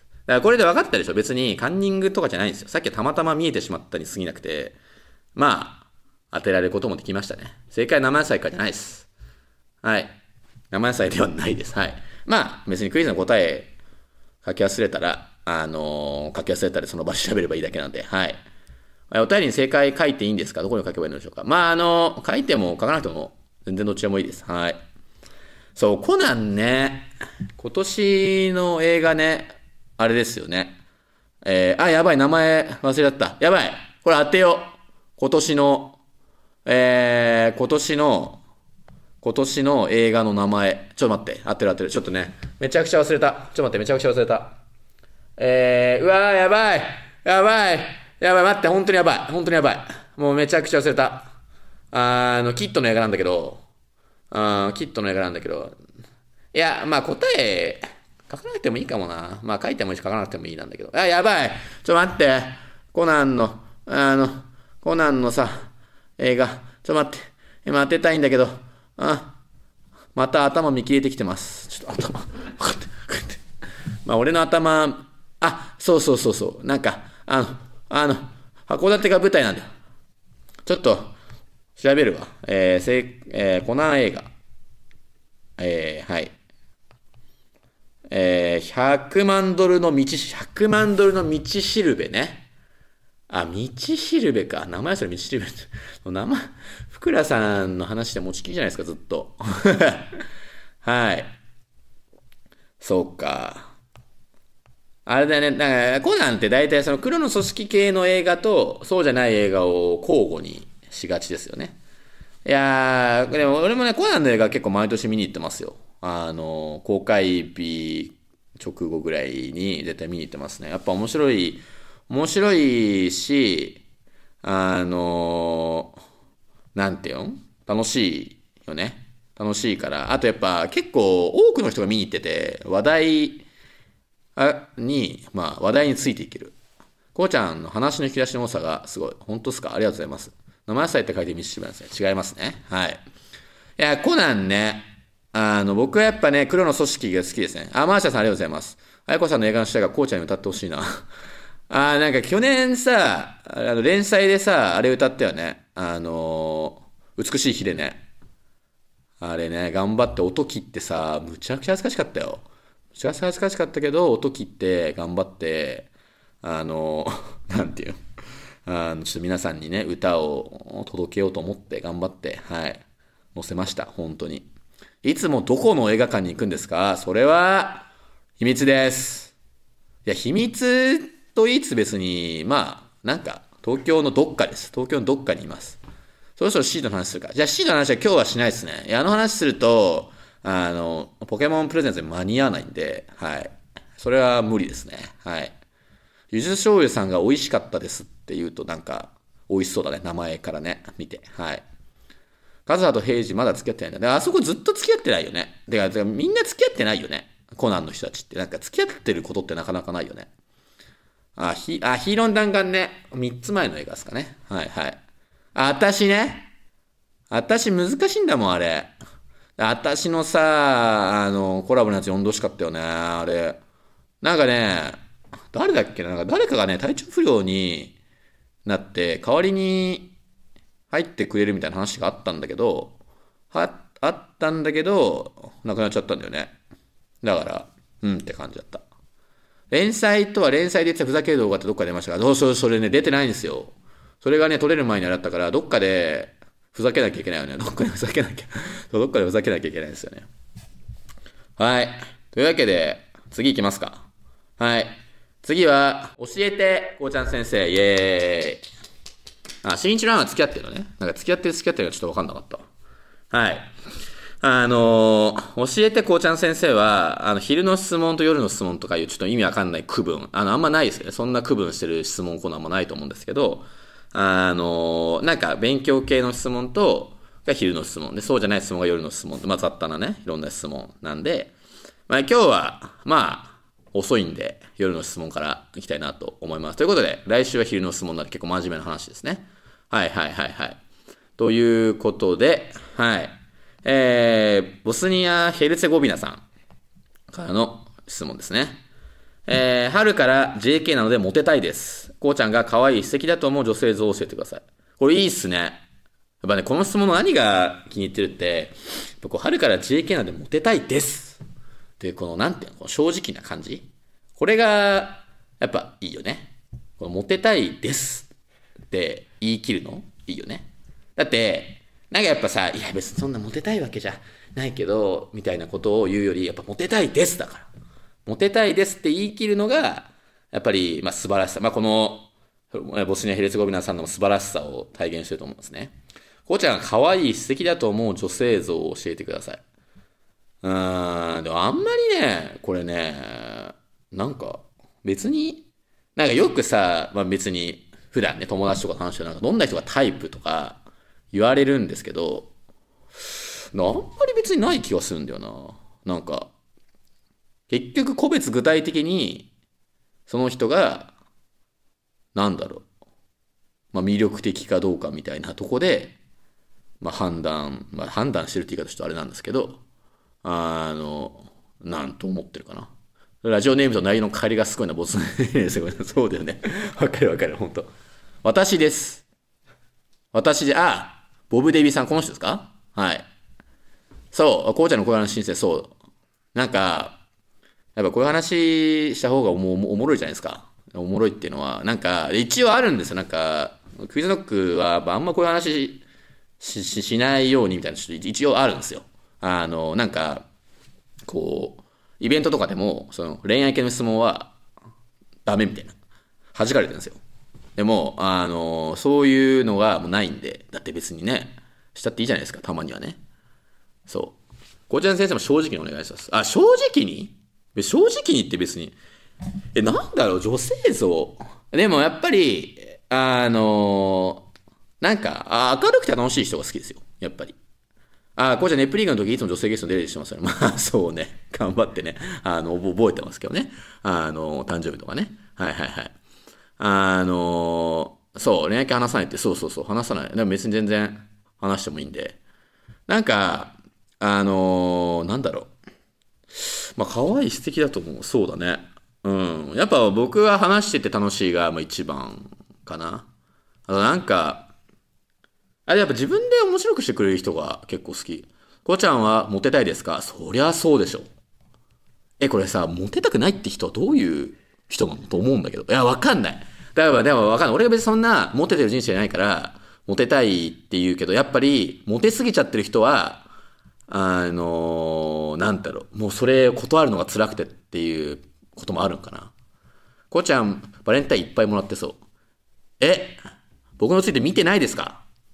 だからこれで分かったでしょ。別にカンニングとかじゃないんですよ。さっきはたまたま見えてしまったに過ぎなくて、まあ、当てられることもできましたね。正解は生野菜かじゃないです。はい。生野菜ではないです。はい。まあ、別にクイズの答え書き忘れたら、あのー、書き忘れたらその場で調べればいいだけなんで、はい。お便りに正解書いていいんですか？どこに書けばいいのでしょうか？まあ、あのー、書いても書かなくても全然どっちでもいいです。はい。そう、コナンね、今年の映画ね、あれですよね。えー、あ、やばい、名前忘れちゃった。やばい。これ当てよう。今年の、えー、今年の、今年の映画の名前。ちょっと待って。合ってる合ってる。ちょっとね。めちゃくちゃ忘れた。ちょっと待って、めちゃくちゃ忘れた。えー、うわー、やばい。やばい。やばい、待って、本当にやばい。本当にやばい。もうめちゃくちゃ忘れた。あの、キットの映画なんだけど、あキットの映画なんだけど、いや、まあ答え、書かなくてもいいかもな。まあ書いてもいいし書かなくてもいいなんだけど。あ、やばい。ちょっと待って。コナンの、あの、コナンのさ、映画。ちょっと待って。今当てたいんだけど、あ、また頭見切れてきてます。ちょっと頭、こうやって、こうやって。まあ俺の頭、あ、そうそうそうそう。なんか、あの、あの、函館が舞台なんだよ。ちょっと、調べるわ。えー、せい、えー、コナン映画。えー、はい。えー、ひゃくまんドルの道、ひゃくまんドルの道しるべね。あ、道しるべか。名前それ道しるべって。名前、福良さんの話で持ちきりじゃないですか、ずっと。はい。そうか。あれだよね。だから、コナンって大体その黒の組織系の映画と、そうじゃない映画を交互にしがちですよね。いやー、でも俺もね、コナンの映画結構毎年見に行ってますよ。あの、公開日直後ぐらいに絶対見に行ってますね。やっぱ面白い、面白いし、あの、なんていうん楽しいよね。楽しいから。あとやっぱ結構多くの人が見に行ってて、話題に、まあ話題についていける。こうちゃんの話の引き出しの多さがすごい。本当ですか？ありがとうございます。生野菜って書いてミシシブなんですね。違いますね。はい。いや、コナンね。あの、僕はやっぱね、黒の組織が好きですね。あ、マーシャさんありがとうございます。あやこさんの映画の主題がこうちゃんに歌ってほしいな。あー、なんか去年さ、あの、連載でさ、あれ歌ったよね。あのー、美しい日でね。あれね、頑張って音切ってさ、むちゃくちゃ恥ずかしかったよ。むちゃくちゃ恥ずかしかったけど、音切って頑張って、あのー、なんていうの。あの、ちょっと皆さんにね、歌を届けようと思って頑張って、はい、載せました。本当に。いつもどこの映画館に行くんですか？それは、秘密です。いや、秘密と言いつつ別に、まあ、なんか、東京のどっかです。東京のどっかにいます。 そろそろシードの話するか。じゃあシードの話は今日はしないですね。いや、あの話すると、あの、ポケモンプレゼントに間に合わないんで、はい。それは無理ですね。はい。ゆず醤油さんが美味しかったですって言うとなんか、美味しそうだね。名前からね。見て。はい。カズハとヘイジまだ付き合ってないんだ。で、あそこずっと付き合ってないよね。てか、てかみんな付き合ってないよね。コナンの人たちって。なんか付き合ってることってなかなかないよね。あ、ヒあヒーロー弾丸ね。みっつまえの映画ですかね。はいはい。あ、私ね。私難しいんだもん、あれ。私のさ、あの、コラボのやつ読んでほしかったよね、あれ。なんかね、誰だっけな、なんか誰かがね、体調不良になって、代わりに入ってくれるみたいな話があったんだけど、は、あったんだけど、なくなっちゃったんだよね。だから、うんって感じだった。連載とは連載で言ってたふざける動画ってどっかで出ましたか？どうそうそれね、出てないんですよ。それがね、撮れる前にあれだったから、どっかでふざけなきゃいけないよね。どっかでふざけなきゃ。どっかでふざけなきゃいけないですよね。はい。というわけで、次行きますか。はい。次は、教えて、こうちゃん先生、イエーイ。あ、しんいちランは付き合ってるのね。なんか付き合ってる付き合ってるのちょっとわかんなかった。はい。あのー、教えてこうちゃん先生は、あの、昼の質問と夜の質問とかいうちょっと意味わかんない区分。あの、あんまないですよね。そんな区分してる質問コーナーもないと思うんですけど、あのー、なんか勉強系の質問と、が昼の質問で、そうじゃない質問が夜の質問で、まあ雑多なね、いろんな質問なんで、まあ今日は、まあ、遅いんで、夜の質問からいきたいなと思います。ということで、来週は昼の質問なんで結構真面目な話ですね。はいはいはいはい。ということで、はい。えー、ボスニア・ヘルツェゴビナさんからの質問ですね。えー、春から ジェーケー なのでモテたいです。こうちゃんが可愛い素敵だと思う女性像を教えてください。これいいっすね。やっぱね、この質問の何が気に入ってるって、こう春から ジェーケー なのでモテたいです。で、このなんていうの、この正直な感じ。これが、やっぱいいよね。このモテたいですって言い切るのいいよね。だって、なんかやっぱさ、いや別にそんなモテたいわけじゃないけど、みたいなことを言うより、やっぱモテたいですだから。モテたいですって言い切るのが、やっぱり、まあ素晴らしさ。まあこの、ボスニア・ヘルツェゴビナさんの素晴らしさを体現してると思うんですね。こうちゃんが可愛い素敵だと思う女性像を教えてください。うーん、でもあんまりね、これね、なんか、別に、なんかよくさ、まあ別に、普段ね、友達とか話してなんかどんな人がタイプとか言われるんですけど、あんまり別にない気がするんだよな。なんか、結局個別具体的に、その人が、なんだろう、まあ魅力的かどうかみたいなとこで、まあ判断、まあ判断してるって言い方ちょっとあれなんですけど、あの、なんと思ってるかな。ラジオネームと内容の帰りがすごいな、ボス。そうだよね。わかるわかる、ほんと。私です。私で、あ、ボブ・デイビーさん、この人ですか？はい。そう、こうちゃんのこういう話申請、そう。なんか、やっぱこういう話した方がおもおもろいじゃないですか。おもろいっていうのは、なんか、一応あるんですよ。なんか、クイズノックは、あんまこういう話しししないようにみたいな、一応あるんですよ。あの、なんか、こう、イベントとかでも、その恋愛系の質問はダメみたいな。弾かれてるんですよ。でも、あの、そういうのがもうないんで、だって別にね、したっていいじゃないですか、たまにはね。そう。こちらの先生も正直にお願いします。あ、正直に正直にって別に。え、なんだろう、女性像。でもやっぱり、あの、なんか、あ明るくて楽しい人が好きですよ。やっぱり。あ、こうちゃんネプリーグの時いつも女性ゲスト出るしてますよね。まあ、そうね。頑張ってね。あの、覚えてますけどね。あの、誕生日とかね。はいはいはい。あの、そう、恋愛系話さないって、そうそうそう、話さない。でも別に全然話してもいいんで。なんか、あのーなんだろう。まあ、可愛い素敵だと思う。そうだね。うん。やっぱ僕は話してて楽しいが、まあ一番かな。あとなんか、あれやっぱ自分で面白くしてくれる人が結構好き。こうちゃんはモテたいですか？そりゃそうでしょ。え、これさ、モテたくないって人はどういう人なのと思うんだけど。いや、わかんない。だから、でもわかんない。俺が別にそんなモテてる人生じゃないから、モテたいって言うけど、やっぱり、モテすぎちゃってる人は、あのー、なんだろう。もうそれ断るのが辛くてっていうこともあるんかな。こうちゃん、バレンタインいっぱいもらってそう。え、僕のついて見てないですかっ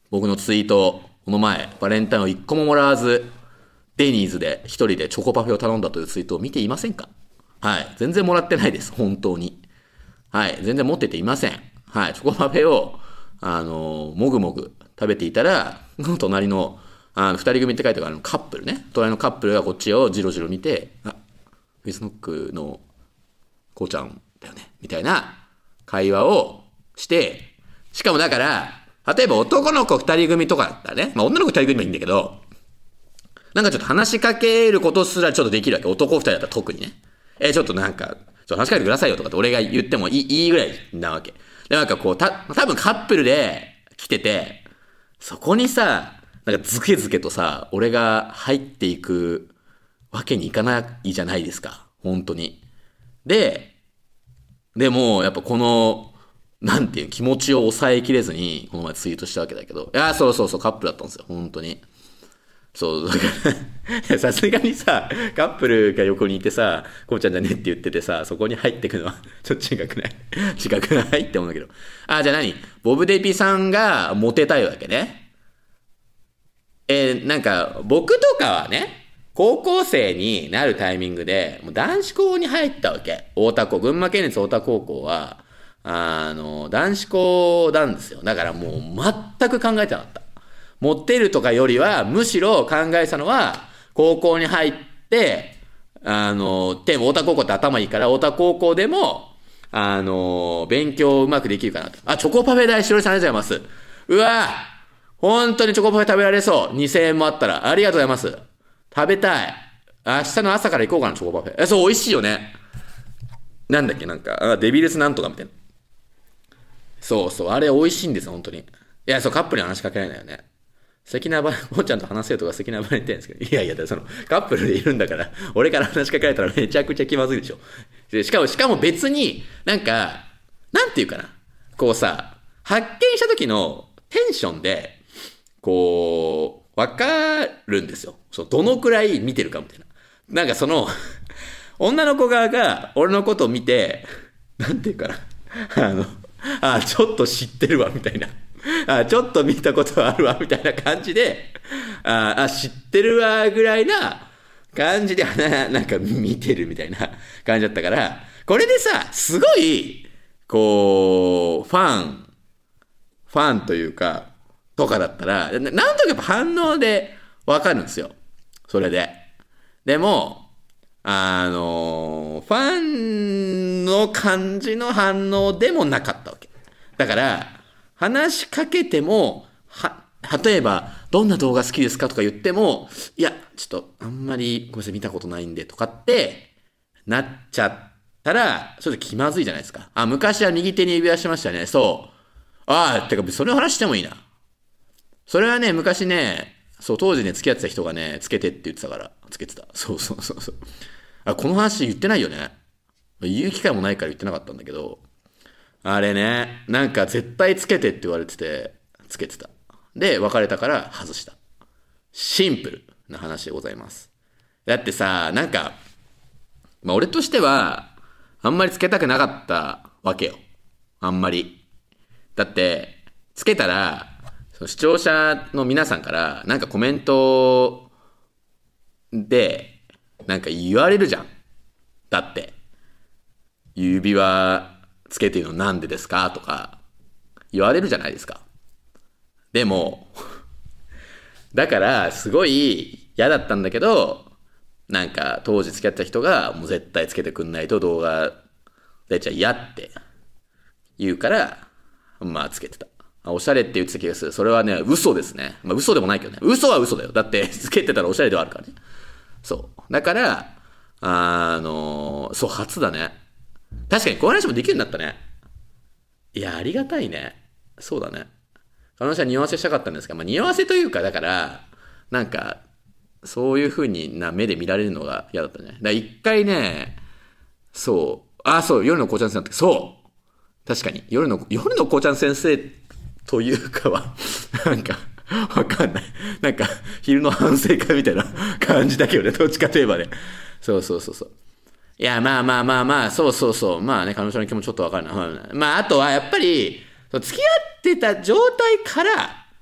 僕のツイート、この前、バレンタインをいっこももらわず、デニーズで一人でチョコパフェを頼んだというツイートを見ていませんか？はい。全然もらってないです。本当に。はい。全然持ってていません。はい。チョコパフェを、あのー、もぐもぐ食べていたら、隣の、あの、二人組って書いてあるカップルね。隣のカップルがこっちをじろじろ見て、あ、フェイスノックのこうちゃんだよね。みたいな会話をして、しかもだから、例えば男の子二人組とかだったらね。まあ女の子二人組はいいんだけど、なんかちょっと話しかけることすらちょっとできるわけ。男二人だったら特にね。えー、ちょっとなんか、ちょっと話しかけてくださいよとかって俺が言ってもいい、いいぐらいなわけ。で、なんかこう、た、多分カップルで来てて、そこにさ、なんかズケズケとさ、俺が入っていくわけにいかないじゃないですか。本当に。で、でも、やっぱこの、なんていう気持ちを抑えきれずに、この前ツイートしたわけだけど、いや、そうそうそう、カップルだったんですよ。本当に。そう、だからさすがにさ、カップルが横にいてさ、こうちゃんじゃねって言っててさ、そこに入ってくのは、ちょっと違くない違くないって思うんだけど。あ、じゃあ何ボブデピさんがモテたいわけね。えー、なんか、僕とかはね、高校生になるタイミングで、もう男子校に入ったわけ。大田校、群馬県立大田高校は、あの、男子校なんですよ。だからもう全く考えてなかった。モテるとかよりは、むしろ考えたのは、高校に入って、あの、でも太田高校って頭いいから、太田高校でも、あの、勉強うまくできるかなと。あ、チョコパフェ代、しろりさんありがとうございます。うわ本当にチョコパフェ食べられそう。にせんえんもあったら。ありがとうございます。食べたい。明日の朝から行こうかな、チョコパフェ。え、そう、美味しいよね。なんだっけ、なんか、あデビルスなんとかみたいな。そうそう、あれ美味しいんですよ、本当に。いや、そう、カップルに話しかけられないよね。素敵なバレ、こうちゃんと話せるとか素敵なバレンタインですけど、いやいや、その、カップルでいるんだから、俺から話しかけられたらめちゃくちゃ気まずいでしょ。でしかも、しかも別に、なんか、なんていうかな。こうさ、発見した時のテンションで、こう、わかるんですよ。そう、どのくらい見てるかみたいな。なんかその、女の子側が俺のことを見て、なんていうかな。あの、あ、ちょっと知ってるわ、みたいな。あ、ちょっと見たことあるわ、みたいな感じで、あ、あ知ってるわ、ぐらいな感じで、なんか見てるみたいな感じだったから、これでさ、すごい、こう、ファン、ファンというか、とかだったら、なんとかやっぱ反応でわかるんですよ。それで。でも、あの、ファンの感じの反応でもなかったわけ。だから、話しかけても、は、例えば、どんな動画好きですかとか言っても、いや、ちょっと、あんまり、ごめんなさい、見たことないんで、とかって、なっちゃったら、ちょっと気まずいじゃないですか。あ、昔は右手に指輪しましたね。そう。ああ、てか、それを話してもいいな。それはね、昔ね、そう、当時ね、付き合ってた人がね、つけてって言ってたから、つけてた。そうそうそうそう。あ、この話言ってないよね。言う機会もないから言ってなかったんだけど、あれね、なんか絶対つけてって言われてて、つけてた。で、別れたから外した。シンプルな話でございます。だってさ、なんか、まあ俺としては、あんまりつけたくなかったわけよ。あんまり。だって、つけたら、視聴者の皆さんから、なんかコメントで、なんか言われるじゃん。だって、指輪つけてるのなんでですかとか、言われるじゃないですか。でも、だから、すごい嫌だったんだけど、なんか当時付き合った人が、もう絶対つけてくんないと動画出ちゃ嫌って言うから、まあつけてた。おしゃれって言ってた気がする。それはね、嘘ですね。まあ嘘でもないけどね。嘘は嘘だよ。だって、つけてたらおしゃれではあるからね。そう。だから、あの、そう、初だね。確かにこういう話もできるんだったね。いや、ありがたいね。そうだね。彼女は匂わせしたかったんですが、まあ匂わせというか、だから、なんか、そういう風にな目で見られるのが嫌だったね。だから一回ね、そう、あ、そう、夜のこうちゃん先生だった。そう。確かに、夜の、夜のこうちゃん先生というかは、なんか、わかんない。なんか、昼の反省会みたいな感じだけどね、どっちかといえばね。そうそうそうそう。いや、まあまあまあまあ、そうそうそう。まあね、彼女の気もちょっとわかるな。まあ、あとはやっぱり、付き合ってた状態から、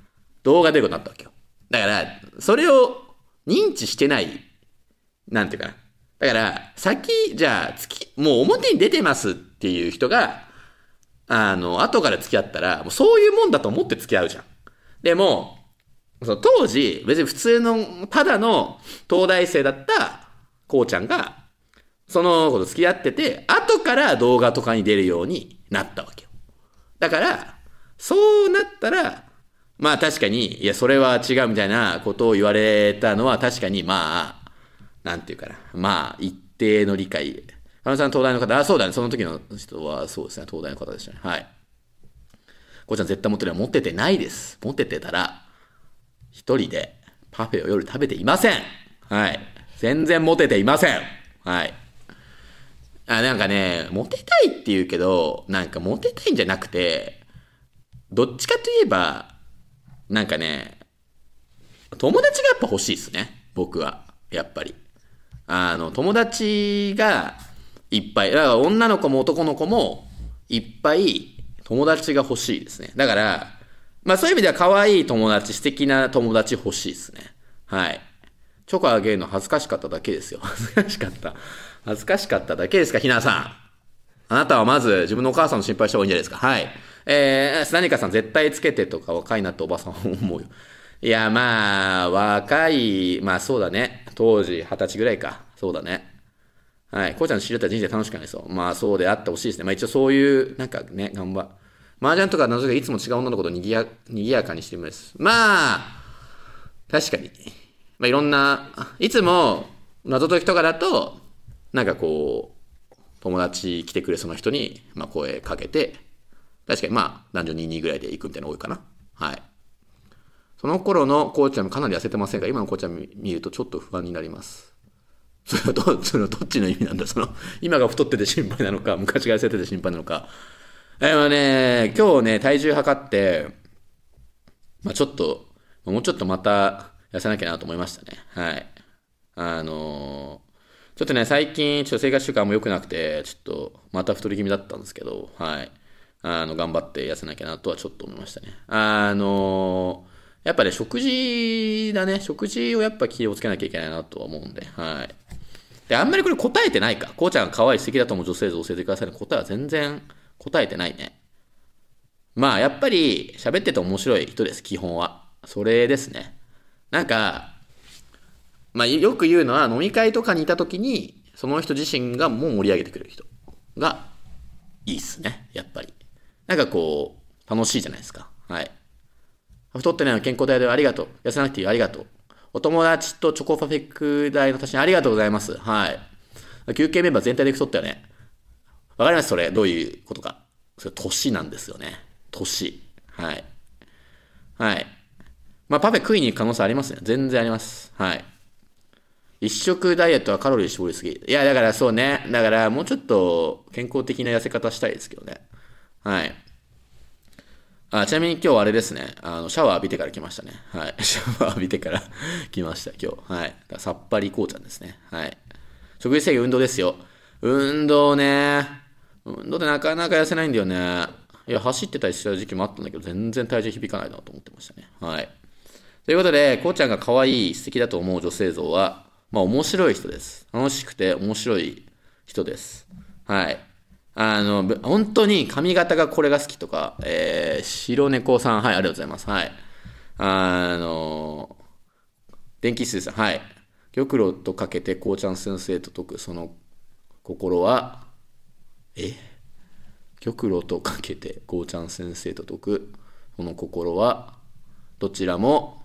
動画出ることになったわけよ。だから、それを認知してない、なんていうかな。だから、先、じゃあ、月、もう表に出てますっていう人が、あの、後から付き合ったら、もうそういうもんだと思って付き合うじゃん。でも、その当時、別に普通の、ただの東大生だったこうちゃんが、その子と付き合ってて、後から動画とかに出るようになったわけよ。だから、そうなったら、まあ確かに、いや、それは違うみたいなことを言われたのは確かに、まあ、なんていうかな。まあ、一定の理解。花さん東大の方、あ、そうだね。その時の人はそうですね。東大の方でしたね。はい。こうちゃん絶対持ってるのは持っててないです。持っててたら、一人でパフェを夜食べていません。はい。全然モテていません。はい。あ、なんかね、モテたいって言うけど、なんかモテたいんじゃなくて、どっちかといえば、なんかね、友達がやっぱ欲しいですね。僕は。やっぱり。あの、友達がいっぱい、だから女の子も男の子もいっぱい友達が欲しいですね。だから、まあそういう意味では可愛い友達、素敵な友達欲しいですね。はい。チョコあげるの恥ずかしかっただけですよ。恥ずかしかった。恥ずかしかっただけですか、ひなさん。あなたはまず自分のお母さんの心配した方がいいんじゃないですか。はい。えー、何かさん絶対つけてとか若いなっておばさん思うよ。いや、まあ、若い、まあそうだね。当時二十歳ぐらいか。そうだね。はい。こうちゃんの知り合ったら人生楽しくないですよ。まあそうであってほしいですね。まあ一応そういう、なんかね、頑張。麻雀とか謎がいつも違う女の子とにぎや、にぎやかにしてるんです。まあ、確かに。まあいろんな、いつも謎解きとかだと、なんかこう、友達来てくれそうな人に、まあ声かけて、確かにまあ男女ににぐらいで行くみたいなの多いかな。はい。その頃のこうちゃんもかなり痩せてませんが、今のこうちゃん見るとちょっと不安になります。それはど、それはどっちの意味なんだその、今が太ってて心配なのか、昔が痩せてて心配なのか。えー、ね、今日ね、体重測って、まあちょっと、もうちょっとまた痩せなきゃなと思いましたね。はい。あのー、ちょっとね、最近、ちょっと生活習慣も良くなくて、ちょっと、また太り気味だったんですけど、はい。あの、頑張って痩せなきゃなとはちょっと思いましたね。あのー、やっぱね、食事だね。食事をやっぱ気をつけなきゃいけないなとは思うんで、はい。で、あんまりこれ答えてないか。こうちゃんが可愛い素敵だと思う女性像教えてくださいの答えは全然答えてないね。まあ、やっぱり喋ってて面白い人です、基本は。それですね。なんか、まあ、よく言うのは飲み会とかにいた時に、その人自身がもう盛り上げてくれる人がいいっすね、やっぱり。なんかこう、楽しいじゃないですか。はい。太ってないの健康体でありがとう。痩せなくていいありがとう。お友達とチョコパフェク代の足しにありがとうございます。はい。休憩メンバー全体で太ったよね。わかりますそれ。どういうことか。それ、年なんですよね。年。はい。はい。まあ、パフェ食いに行く可能性ありますね。全然あります。はい。一食ダイエットはカロリー絞りすぎ。いや、だからそうね。だから、もうちょっと健康的な痩せ方したいですけどね。はい。あ、ちなみに今日あれですね。あの、シャワー浴びてから来ましたね。はい。シャワー浴びてから来ました、今日。はい。さっぱりこうちゃんですね。はい。食事制限運動ですよ。運動ね。運動でなかなか痩せないんだよね。いや、走ってたりした時期もあったんだけど、全然体重響かないなと思ってましたね。はい。ということで、こうちゃんが可愛い、素敵だと思う女性像は、まあ面白い人です。楽しくて面白い人です。はい。あの、本当に髪型がこれが好きとか、えー、白猫さん、はい、ありがとうございます。はい。あの、電気室さん、はい。玉露とかけて、こうちゃん先生と解く、その心は、え玉露とかけて、こうちゃん先生と解く、その心は、どちらも、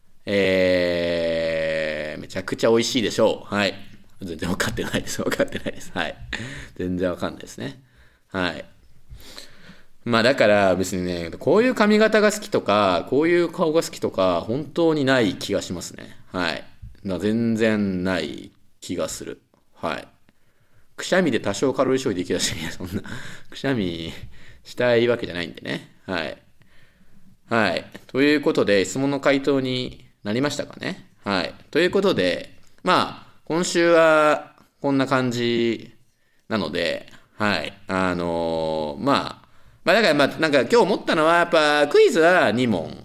えー、めちゃくちゃ美味しいでしょう。はい。全然分かってないです。分かってないです。はい。全然分かんないですね。はい。まあだから別にね、こういう髪型が好きとか、こういう顔が好きとか、本当にない気がしますね。はい。全然ない気がする。はい。くしゃみで多少カロリー消費できるし、そんな、くしゃみしたいわけじゃないんでね。はい。はい。ということで、質問の回答になりましたかね。はい。ということで、まあ、今週はこんな感じなので、はい。あのー、まあ、まあだからまあ、なんか今日思ったのは、やっぱクイズはに問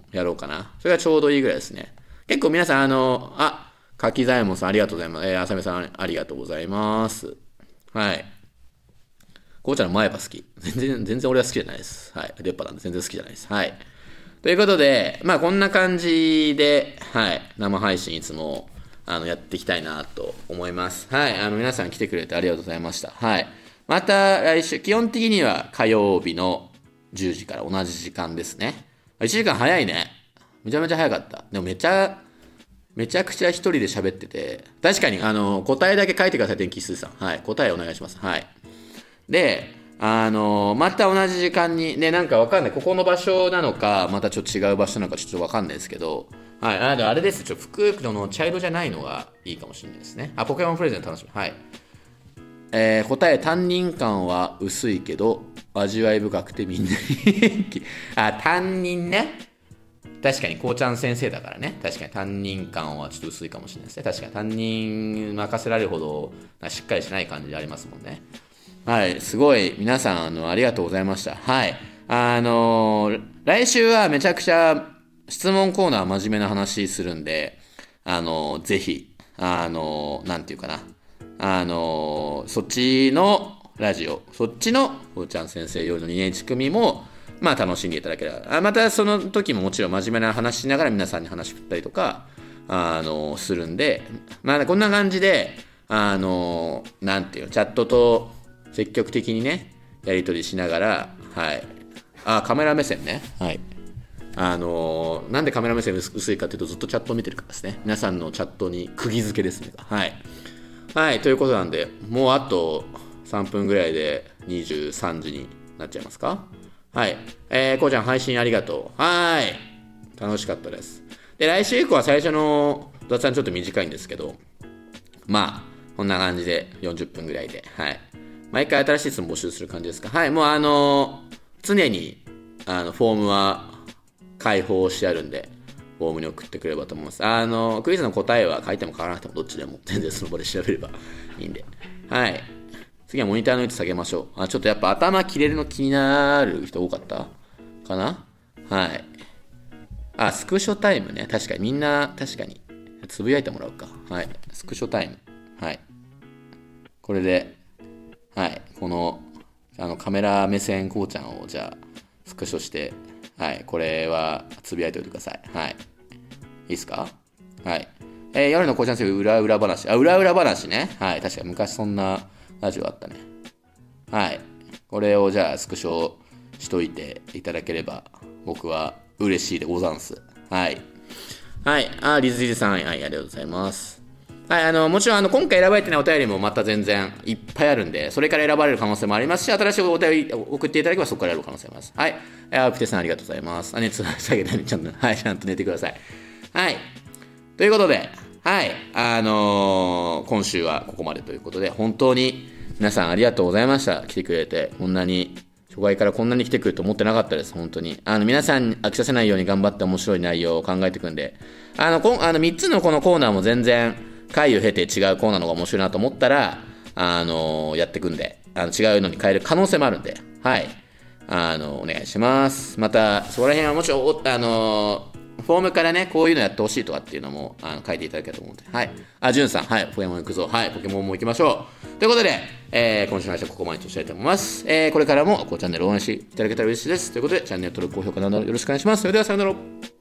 やろうかな。それがちょうどいいぐらいですね。結構皆さん、あの、あ、柿左衛門さんありがとうございます。えー、あさみさんありがとうございます。はい。こうちゃんの前歯好き。全然、全然俺は好きじゃないです。はい。出っ歯なんで全然好きじゃないです。はい。ということで、まあこんな感じで、はい。生配信いつも、あの、やっていきたいなと思います。はい。あの、皆さん来てくれてありがとうございました。はい。また来週、基本的には火曜日のじゅうじから同じ時間ですね。いちじかん早いね。めちゃめちゃ早かった。でもめちゃ、めちゃくちゃ一人で喋ってて、確かに、あの、答えだけ書いてください、天気数さん。はい。答えお願いします。はい。で、あの、また同じ時間に、ね、なんかわかんない。ここの場所なのか、またちょっと違う場所なのか、ちょっとわかんないですけど、はい。ああれです。ちょっと福岡の茶色じゃないのがいいかもしれないですね。あ、ポケモンプレゼント楽しみ。はい。えー、答え、担任感は薄いけど、味わい深くてみんな元気。あ、担任ね。確かに、こうちゃん先生だからね。確かに担任感はちょっと薄いかもしれないですね。確かに担任任せられるほどしっかりしない感じでありますもんね。はい、すごい皆さんあのありがとうございました。はい、あのー、来週はめちゃくちゃ質問コーナー真面目な話するんで、あのー、ぜひあのー、なんていうかな、あのー、そっちのラジオ、そっちのこうちゃん先生用のにねんいち組もまあ楽しんでいただければ、あまたその時ももちろん真面目な話しながら皆さんに話振ったりとかあのー、するんで、まあこんな感じであのー、なんていうチャットと積極的にねやり取りしながら、はい、あカメラ目線ね、はい、あのー、なんでカメラ目線薄いかというとずっとチャットを見てるからですね。皆さんのチャットに釘付けですね。はい、はい、ということなんでもうあとさんぷんぐらいでにじゅうさんじになっちゃいますか。はい、えー、こうちゃん配信ありがとう。はい、楽しかったです。で来週以降は最初の雑談ちょっと短いんですけど、まあこんな感じでよんじゅっぷんぐらいで、はい。毎回新しい質問募集する感じですか。はい、もうあのー、常にあのフォームは開放してあるんで、フォームに送ってくれればと思います。あのー、クイズの答えは書いても書かなくてもどっちでも全然その場で調べればいいんで。はい。次はモニターの位置下げましょう。あ、ちょっとやっぱ頭切れるの気になる人多かったかな。はい。あ、スクショタイムね。確かにみんな、確かに。つぶやいてもらうか。はい。スクショタイム。はい。これで、はい、このあのカメラ目線こうちゃんをじゃあスクショして、はい、これはつぶやいておいてください。はい、いいですか。はい、えー、夜のこうちゃん先生裏裏話、あ裏裏話ね。はい、確か昔そんなラジオあったね。はい、これをじゃあスクショしといていただければ僕は嬉しいでござんす。はい、はい、あリズリズさん、はい、ありがとうございます。はい、あのもちろんあの今回選ばれてないお便りもまた全然いっぱいあるんで、それから選ばれる可能性もありますし、新しいお便り送っていただければそこからやる可能性もあります。はい、あピテさんありがとうございます。あ熱下げたりちゃんと、はい、ちゃんと寝てください。はい、ということで、はい、あのー、今週はここまでということで、本当に皆さんありがとうございました。来てくれて、こんなに初回からこんなに来てくると思ってなかったです。本当にあの皆さんに飽きさせないように頑張って面白い内容を考えていくんで、あのこあのみっつのこのコーナーも全然回を経て違うコーナーの方が面白いなと思ったら、あのー、やっていくんで、あの違うのに変える可能性もあるんで、はい、あのー、お願いします。またそこら辺はもちろんあのー、フォームからねこういうのやってほしいとかっていうのもあの書いていただけると思うんで、はい、あじゅんさん、はい、ポケモン行くぞ、はい、ポケモンも行きましょうということで、えー、今週の話はここまでとしたいと思います。えー、これからもこうチャンネルを応援していただけたら嬉しいです。ということでチャンネル登録高評価などよろしくお願いします。それではさようなら。